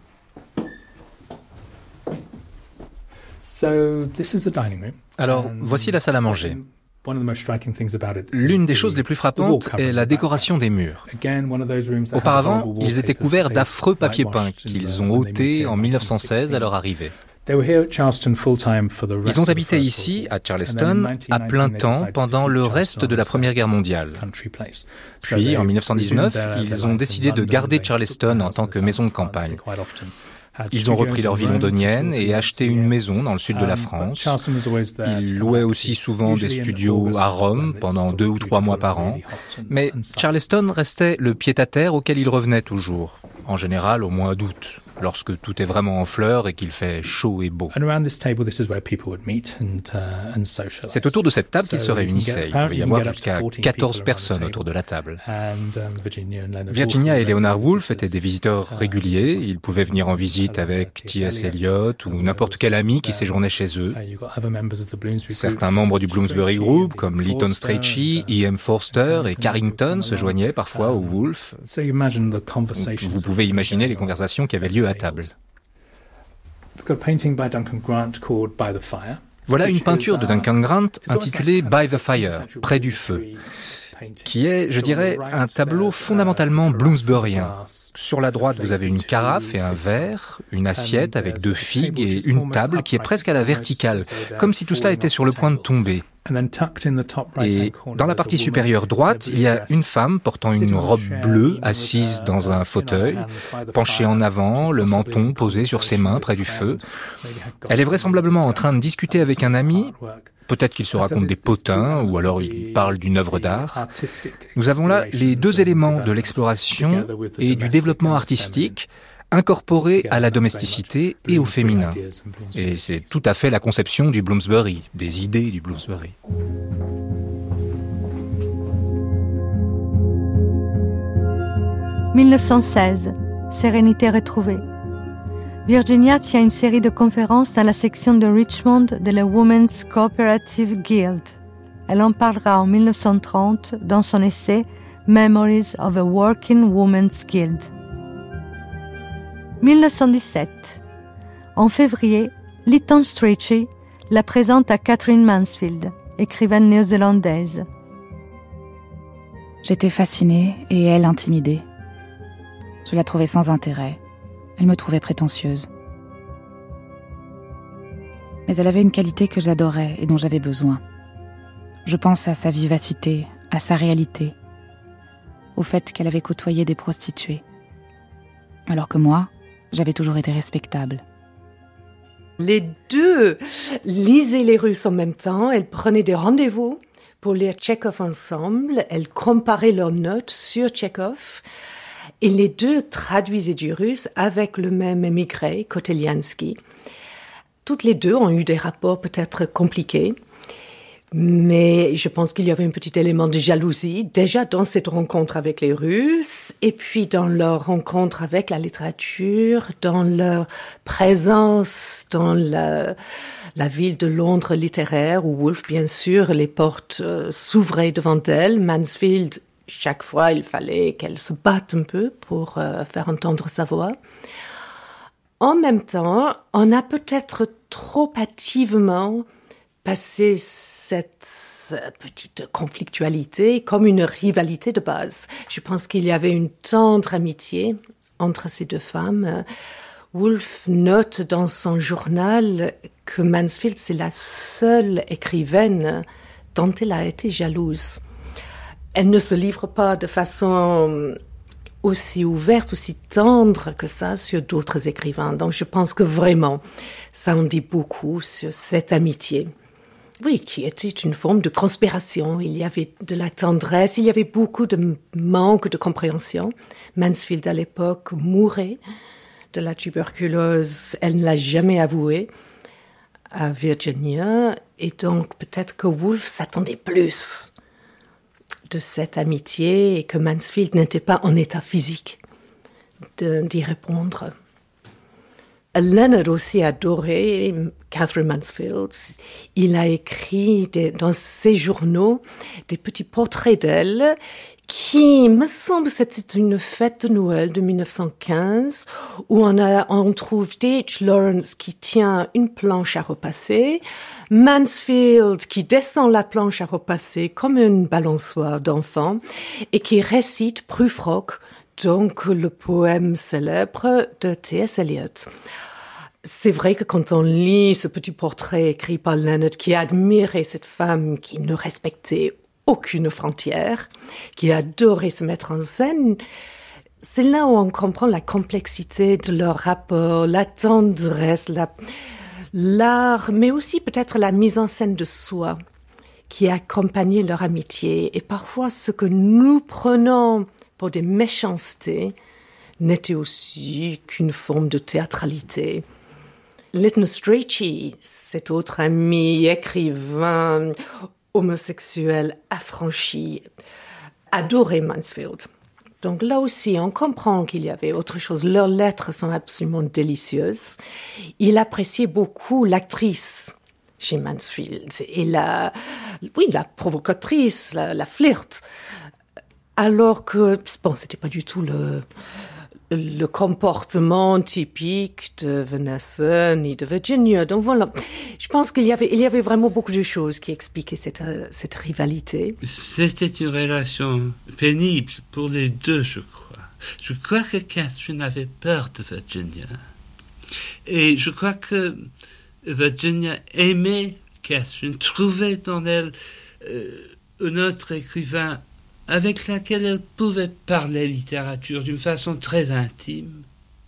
Speaker 13: Alors, voici la salle à manger. L'une des choses les plus frappantes est la décoration des murs. Auparavant, ils étaient couverts d'affreux papiers peints qu'ils ont ôtés en mille neuf cent seize à leur arrivée. Ils ont habité ici, à Charleston, à plein temps pendant le reste de la Première Guerre mondiale. Puis, en mille neuf cent dix-neuf, ils ont décidé de garder Charleston en tant que maison de campagne. Ils ont repris leur vie londonienne et acheté une maison dans le sud de la France. Ils louaient aussi souvent des studios à Rome pendant deux ou trois mois par an. Mais Charleston restait le pied-à-terre auquel ils revenaient toujours, en général au mois d'août, lorsque tout est vraiment en fleurs et qu'il fait chaud et beau. C'est autour de cette table qu'ils se réunissaient. Il pouvait y avoir jusqu'à quatorze personnes autour de la table. Virginia et Leonard Woolf étaient des visiteurs réguliers. Ils pouvaient venir en visite avec T S Eliot ou n'importe quel ami qui séjournait chez eux. Certains membres du Bloomsbury Group, comme Lytton Strachey, E M Forster et Carrington, se joignaient parfois aux Woolf. Vous pouvez imaginer les conversations qui avaient lieu à table. Voilà une peinture de Duncan Grant intitulée By the Fire, près du feu, qui est, je dirais, un tableau fondamentalement bloomsburien. Sur la droite, vous avez une carafe et un verre, une assiette avec deux figues et une table qui est presque à la verticale, comme si tout cela était sur le point de tomber. Et dans la partie supérieure droite, il y a une femme portant une robe bleue, assise dans un fauteuil, penchée en avant, le menton posé sur ses mains près du feu. Elle est vraisemblablement en train de discuter avec un ami. Peut-être qu'il se raconte des potins, ou alors il parle d'une œuvre d'art. Nous avons là les deux éléments de l'exploration et du développement artistique, incorporés à la domesticité et au féminin. Et c'est tout à fait la conception du Bloomsbury, des idées du Bloomsbury.
Speaker 1: mille neuf cent seize, sérénité retrouvée. Virginia tient une série de conférences dans la section de Richmond de la Women's Cooperative Guild. Elle en parlera en mille neuf cent trente dans son essai Memories of a Working Women's Guild. mille neuf cent dix-sept. En février, Lytton Strachey la présente à Catherine Mansfield, écrivaine néo-zélandaise.
Speaker 11: J'étais fascinée et elle intimidée. Je la trouvais sans intérêt. Elle me trouvait prétentieuse. Mais elle avait une qualité que j'adorais et dont j'avais besoin. Je pense à sa vivacité, à sa réalité, au fait qu'elle avait côtoyé des prostituées. Alors que moi, j'avais toujours été respectable.
Speaker 3: Les deux lisaient les Russes en même temps. Elles prenaient des rendez-vous pour lire Tchekhov ensemble. Elles comparaient leurs notes sur Tchekhov. Et les deux traduisaient du russe avec le même émigré, Koteliansky. Toutes les deux ont eu des rapports peut-être compliqués. Mais je pense qu'il y avait un petit élément de jalousie, déjà dans cette rencontre avec les Russes, et puis dans leur rencontre avec la littérature, dans leur présence dans la, la ville de Londres littéraire, où Woolf, bien sûr, les portes euh, s'ouvraient devant elle. Mansfield, chaque fois, il fallait qu'elle se batte un peu pour euh, faire entendre sa voix. En même temps, on a peut-être trop hâtivement passer cette petite conflictualité comme une rivalité de base. Je pense qu'il y avait une tendre amitié entre ces deux femmes. Woolf note dans son journal que Mansfield, c'est la seule écrivaine dont elle a été jalouse. Elle ne se livre pas de façon aussi ouverte, aussi tendre que ça sur d'autres écrivains. Donc je pense que vraiment, ça en dit beaucoup sur cette amitié Oui, qui était une forme de conspiration. Il y avait de la tendresse, il y avait beaucoup de manque de compréhension. Mansfield, à l'époque, mourait de la tuberculose. Elle ne l'a jamais avoué à Virginia. Et donc, peut-être que Woolf s'attendait plus de cette amitié et que Mansfield n'était pas en état physique de, d'y répondre. Leonard aussi adorait Catherine Mansfield. Il a écrit des, dans ses journaux des petits portraits d'elle qui, me semble, c'était une fête de Noël de dix-neuf cent quinze où on, a, on trouve D H Lawrence qui tient une planche à repasser, Mansfield qui descend la planche à repasser comme une balançoire d'enfant et qui récite Prufrock, donc le poème célèbre de T S Eliot. C'est vrai que quand on lit ce petit portrait écrit par Leonard qui admirait cette femme qui ne respectait aucune frontière, qui adorait se mettre en scène, c'est là où on comprend la complexité de leur rapport, la tendresse, la, l'art, mais aussi peut-être la mise en scène de soi qui accompagnait leur amitié. Et parfois, ce que nous prenons pour des méchancetés n'était aussi qu'une forme de théâtralité. Lytton Strachey, cet autre ami, écrivain, homosexuel, affranchi, adorait Mansfield. Donc là aussi, on comprend qu'il y avait autre chose. Leurs lettres sont absolument délicieuses. Il appréciait beaucoup l'actrice chez Mansfield et la, oui, la provocatrice, la, la flirt. Alors que, bon, c'était pas du tout le, le comportement typique de Vanessa ni de Virginia. Donc voilà, je pense qu'il y avait, il y avait vraiment beaucoup de choses qui expliquaient cette, cette rivalité.
Speaker 8: C'était une relation pénible pour les deux, je crois. Je crois que Catherine avait peur de Virginia. Et je crois que Virginia aimait Catherine, trouvait dans elle euh, un autre écrivain avec laquelle elle pouvait parler littérature d'une façon très intime.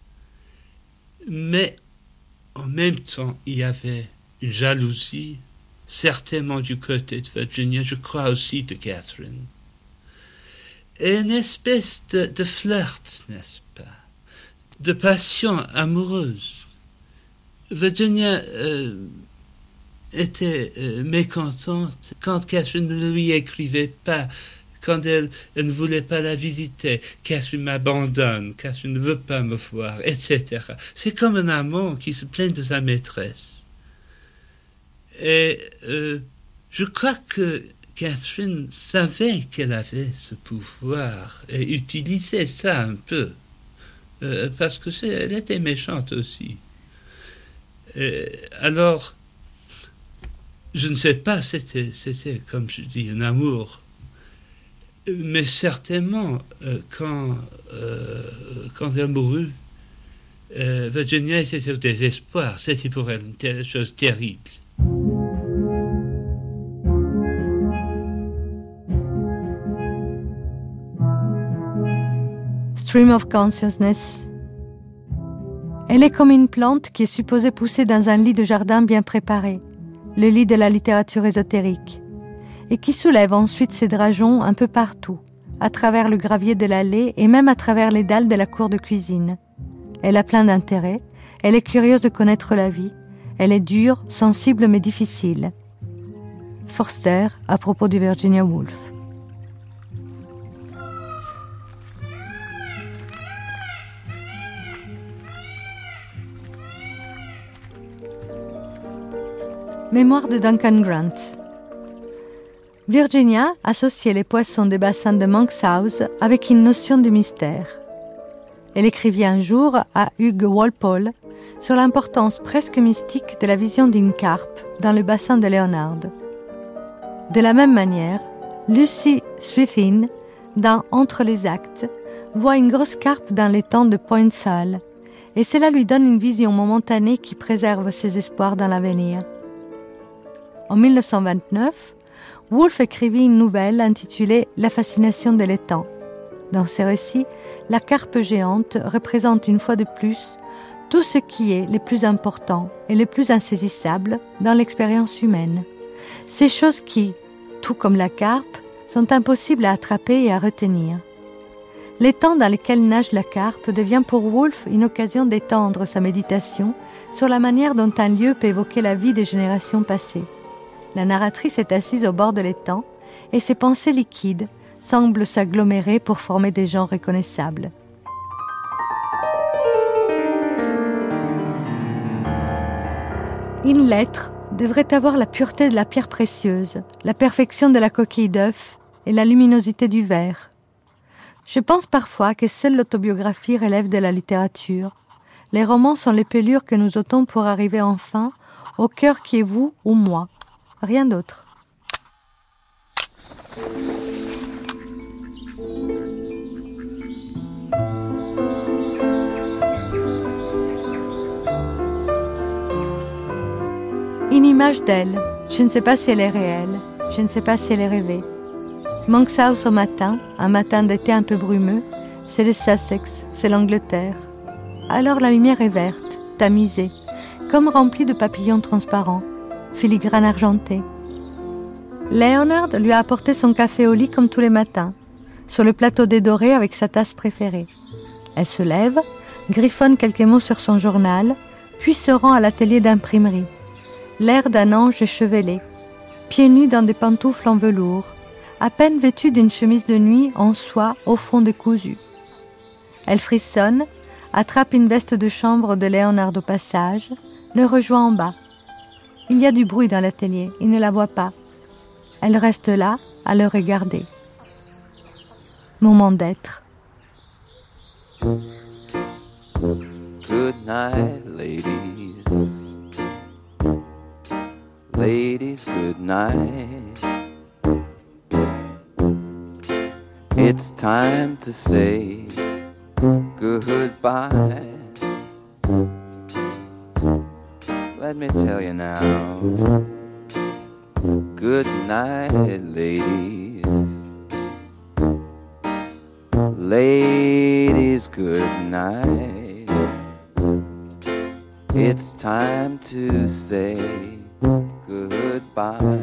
Speaker 8: Mais en même temps, il y avait une jalousie, certainement du côté de Virginia, je crois aussi de Catherine. Et une espèce de, de flirt, n'est-ce pas, de passion amoureuse. Virginia euh, était euh, mécontente quand Catherine ne lui écrivait pas, quand elle, elle ne voulait pas la visiter. Catherine m'abandonne, Catherine ne veut pas me voir, et cetera. C'est comme un amant qui se plaint de sa maîtresse. Et euh, je crois que Catherine savait qu'elle avait ce pouvoir et utilisait ça un peu, euh, parce que c'est, elle était méchante aussi. Et alors, je ne sais pas, c'était, c'était, comme je dis, un amour. Mais certainement, euh, quand, euh, quand elle mourut, euh, Virginia était au désespoir. C'était pour elle une ter- chose terrible.
Speaker 1: Stream of Consciousness. Elle est comme une plante qui est supposée pousser dans un lit de jardin bien préparé, le lit de la littérature ésotérique, et qui soulève ensuite ses drageons un peu partout, à travers le gravier de l'allée et même à travers les dalles de la cour de cuisine. Elle a plein d'intérêt, elle est curieuse de connaître la vie, elle est dure, sensible mais difficile. Forster à propos de Virginia Woolf. Mémoire de Duncan Grant. Virginia associait les poissons des bassins de Monk's House avec une notion de mystère. Elle écrivit un jour à Hugh Walpole sur l'importance presque mystique de la vision d'une carpe dans le bassin de Leonard. De la même manière, Lucy Swithin, dans Entre les actes, voit une grosse carpe dans l'étang de Point Sale, et cela lui donne une vision momentanée qui préserve ses espoirs dans l'avenir. En dix-neuf cent vingt-neuf, Woolf écrivit une nouvelle intitulée « La fascination de l'étang ». Dans ce récit, la carpe géante représente une fois de plus tout ce qui est le plus important et le plus insaisissable dans l'expérience humaine, ces choses qui, tout comme la carpe, sont impossibles à attraper et à retenir. L'étang dans lequel nage la carpe devient pour Woolf une occasion d'étendre sa méditation sur la manière dont un lieu peut évoquer la vie des générations passées. La narratrice est assise au bord de l'étang et ses pensées liquides semblent s'agglomérer pour former des gens reconnaissables. Une lettre devrait avoir la pureté de la pierre précieuse, la perfection de la coquille d'œuf et la luminosité du verre. Je pense parfois que seule l'autobiographie relève de la littérature. Les romans sont les pelures que nous ôtons pour arriver enfin au cœur qui est vous ou moi. Rien d'autre. Une image d'elle. Je ne sais pas si elle est réelle. Je ne sais pas si elle est rêvée. Monk's House au matin, un matin d'été un peu brumeux, c'est le Sussex, c'est l'Angleterre. Alors la lumière est verte, tamisée, comme remplie de papillons transparents, filigrane argentée. Leonard lui a apporté son café au lit comme tous les matins, sur le plateau dédoré avec sa tasse préférée. Elle se lève, griffonne quelques mots sur son journal, puis se rend à l'atelier d'imprimerie. L'air d'un ange échevelé, pieds nus dans des pantoufles en velours, à peine vêtue d'une chemise de nuit en soie au fond décousu. Elle frissonne, attrape une veste de chambre de Léonard au passage, le rejoint en bas. Il y a du bruit dans l'atelier, il ne la voit pas. Elle reste là, à le regarder. Moment d'être.
Speaker 14: Good night, ladies. Ladies, good night. It's time to say goodbye. Let me tell you now. Good night, ladies. Ladies, good night. It's time to say goodbye.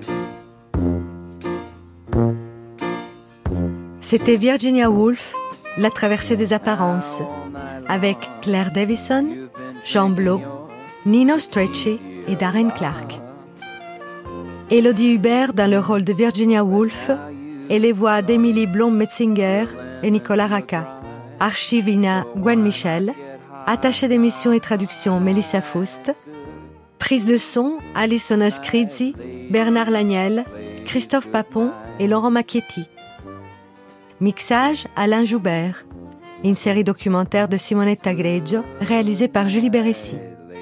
Speaker 1: C'était Virginia Woolf, La traversée des apparences, avec Claire Davison, Jean Blot, Nino Strachey et Darren Clarke. Élodie Hubert dans le rôle de Virginia Woolf et les voix d'Emily Blom-Metzinger et Nicolas Racca. Archivina Gwen Michel, attachée d'émission et traduction Mélissa Foust, prise de son Alison Ascrizzi, Bernard Lagnel, Christophe Papon et Laurent Macchietti. Mixage Alain Joubert. Une série documentaire de Simonetta Greggio réalisée par Julie Bérécy.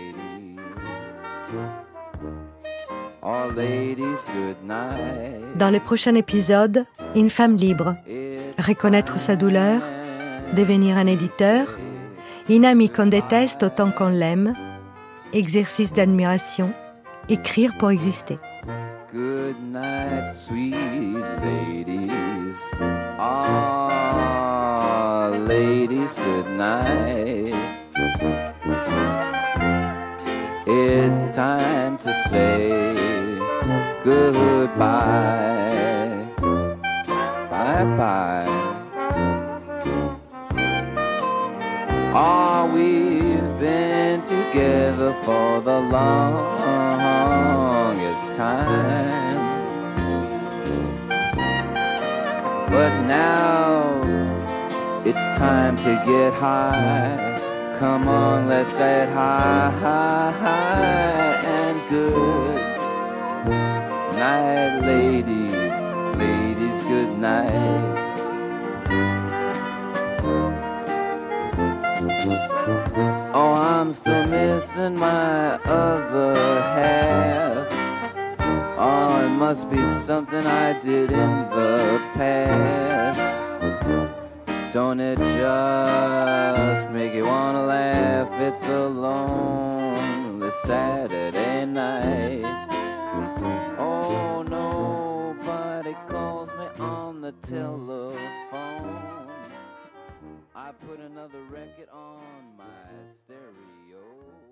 Speaker 1: Dans le prochain épisode, une femme libre. Reconnaître sa douleur, devenir un éditeur, une amie qu'on déteste autant qu'on l'aime, exercice d'admiration, écrire pour exister.
Speaker 14: Good night, sweet ladies. Ah, ladies, good night. It's time to say goodbye. Bye-bye. Ah, we've been together for the longest time. But now it's time to get high. Come on, let's get high, high, high. And good night, ladies, ladies, good night. Oh, I'm still missing my other half. Oh, it must be something I did in the past. Don't it just make you wanna laugh? It's a lonely Saturday night. Oh, nobody calls me on the telephone. I put another record on my stereo.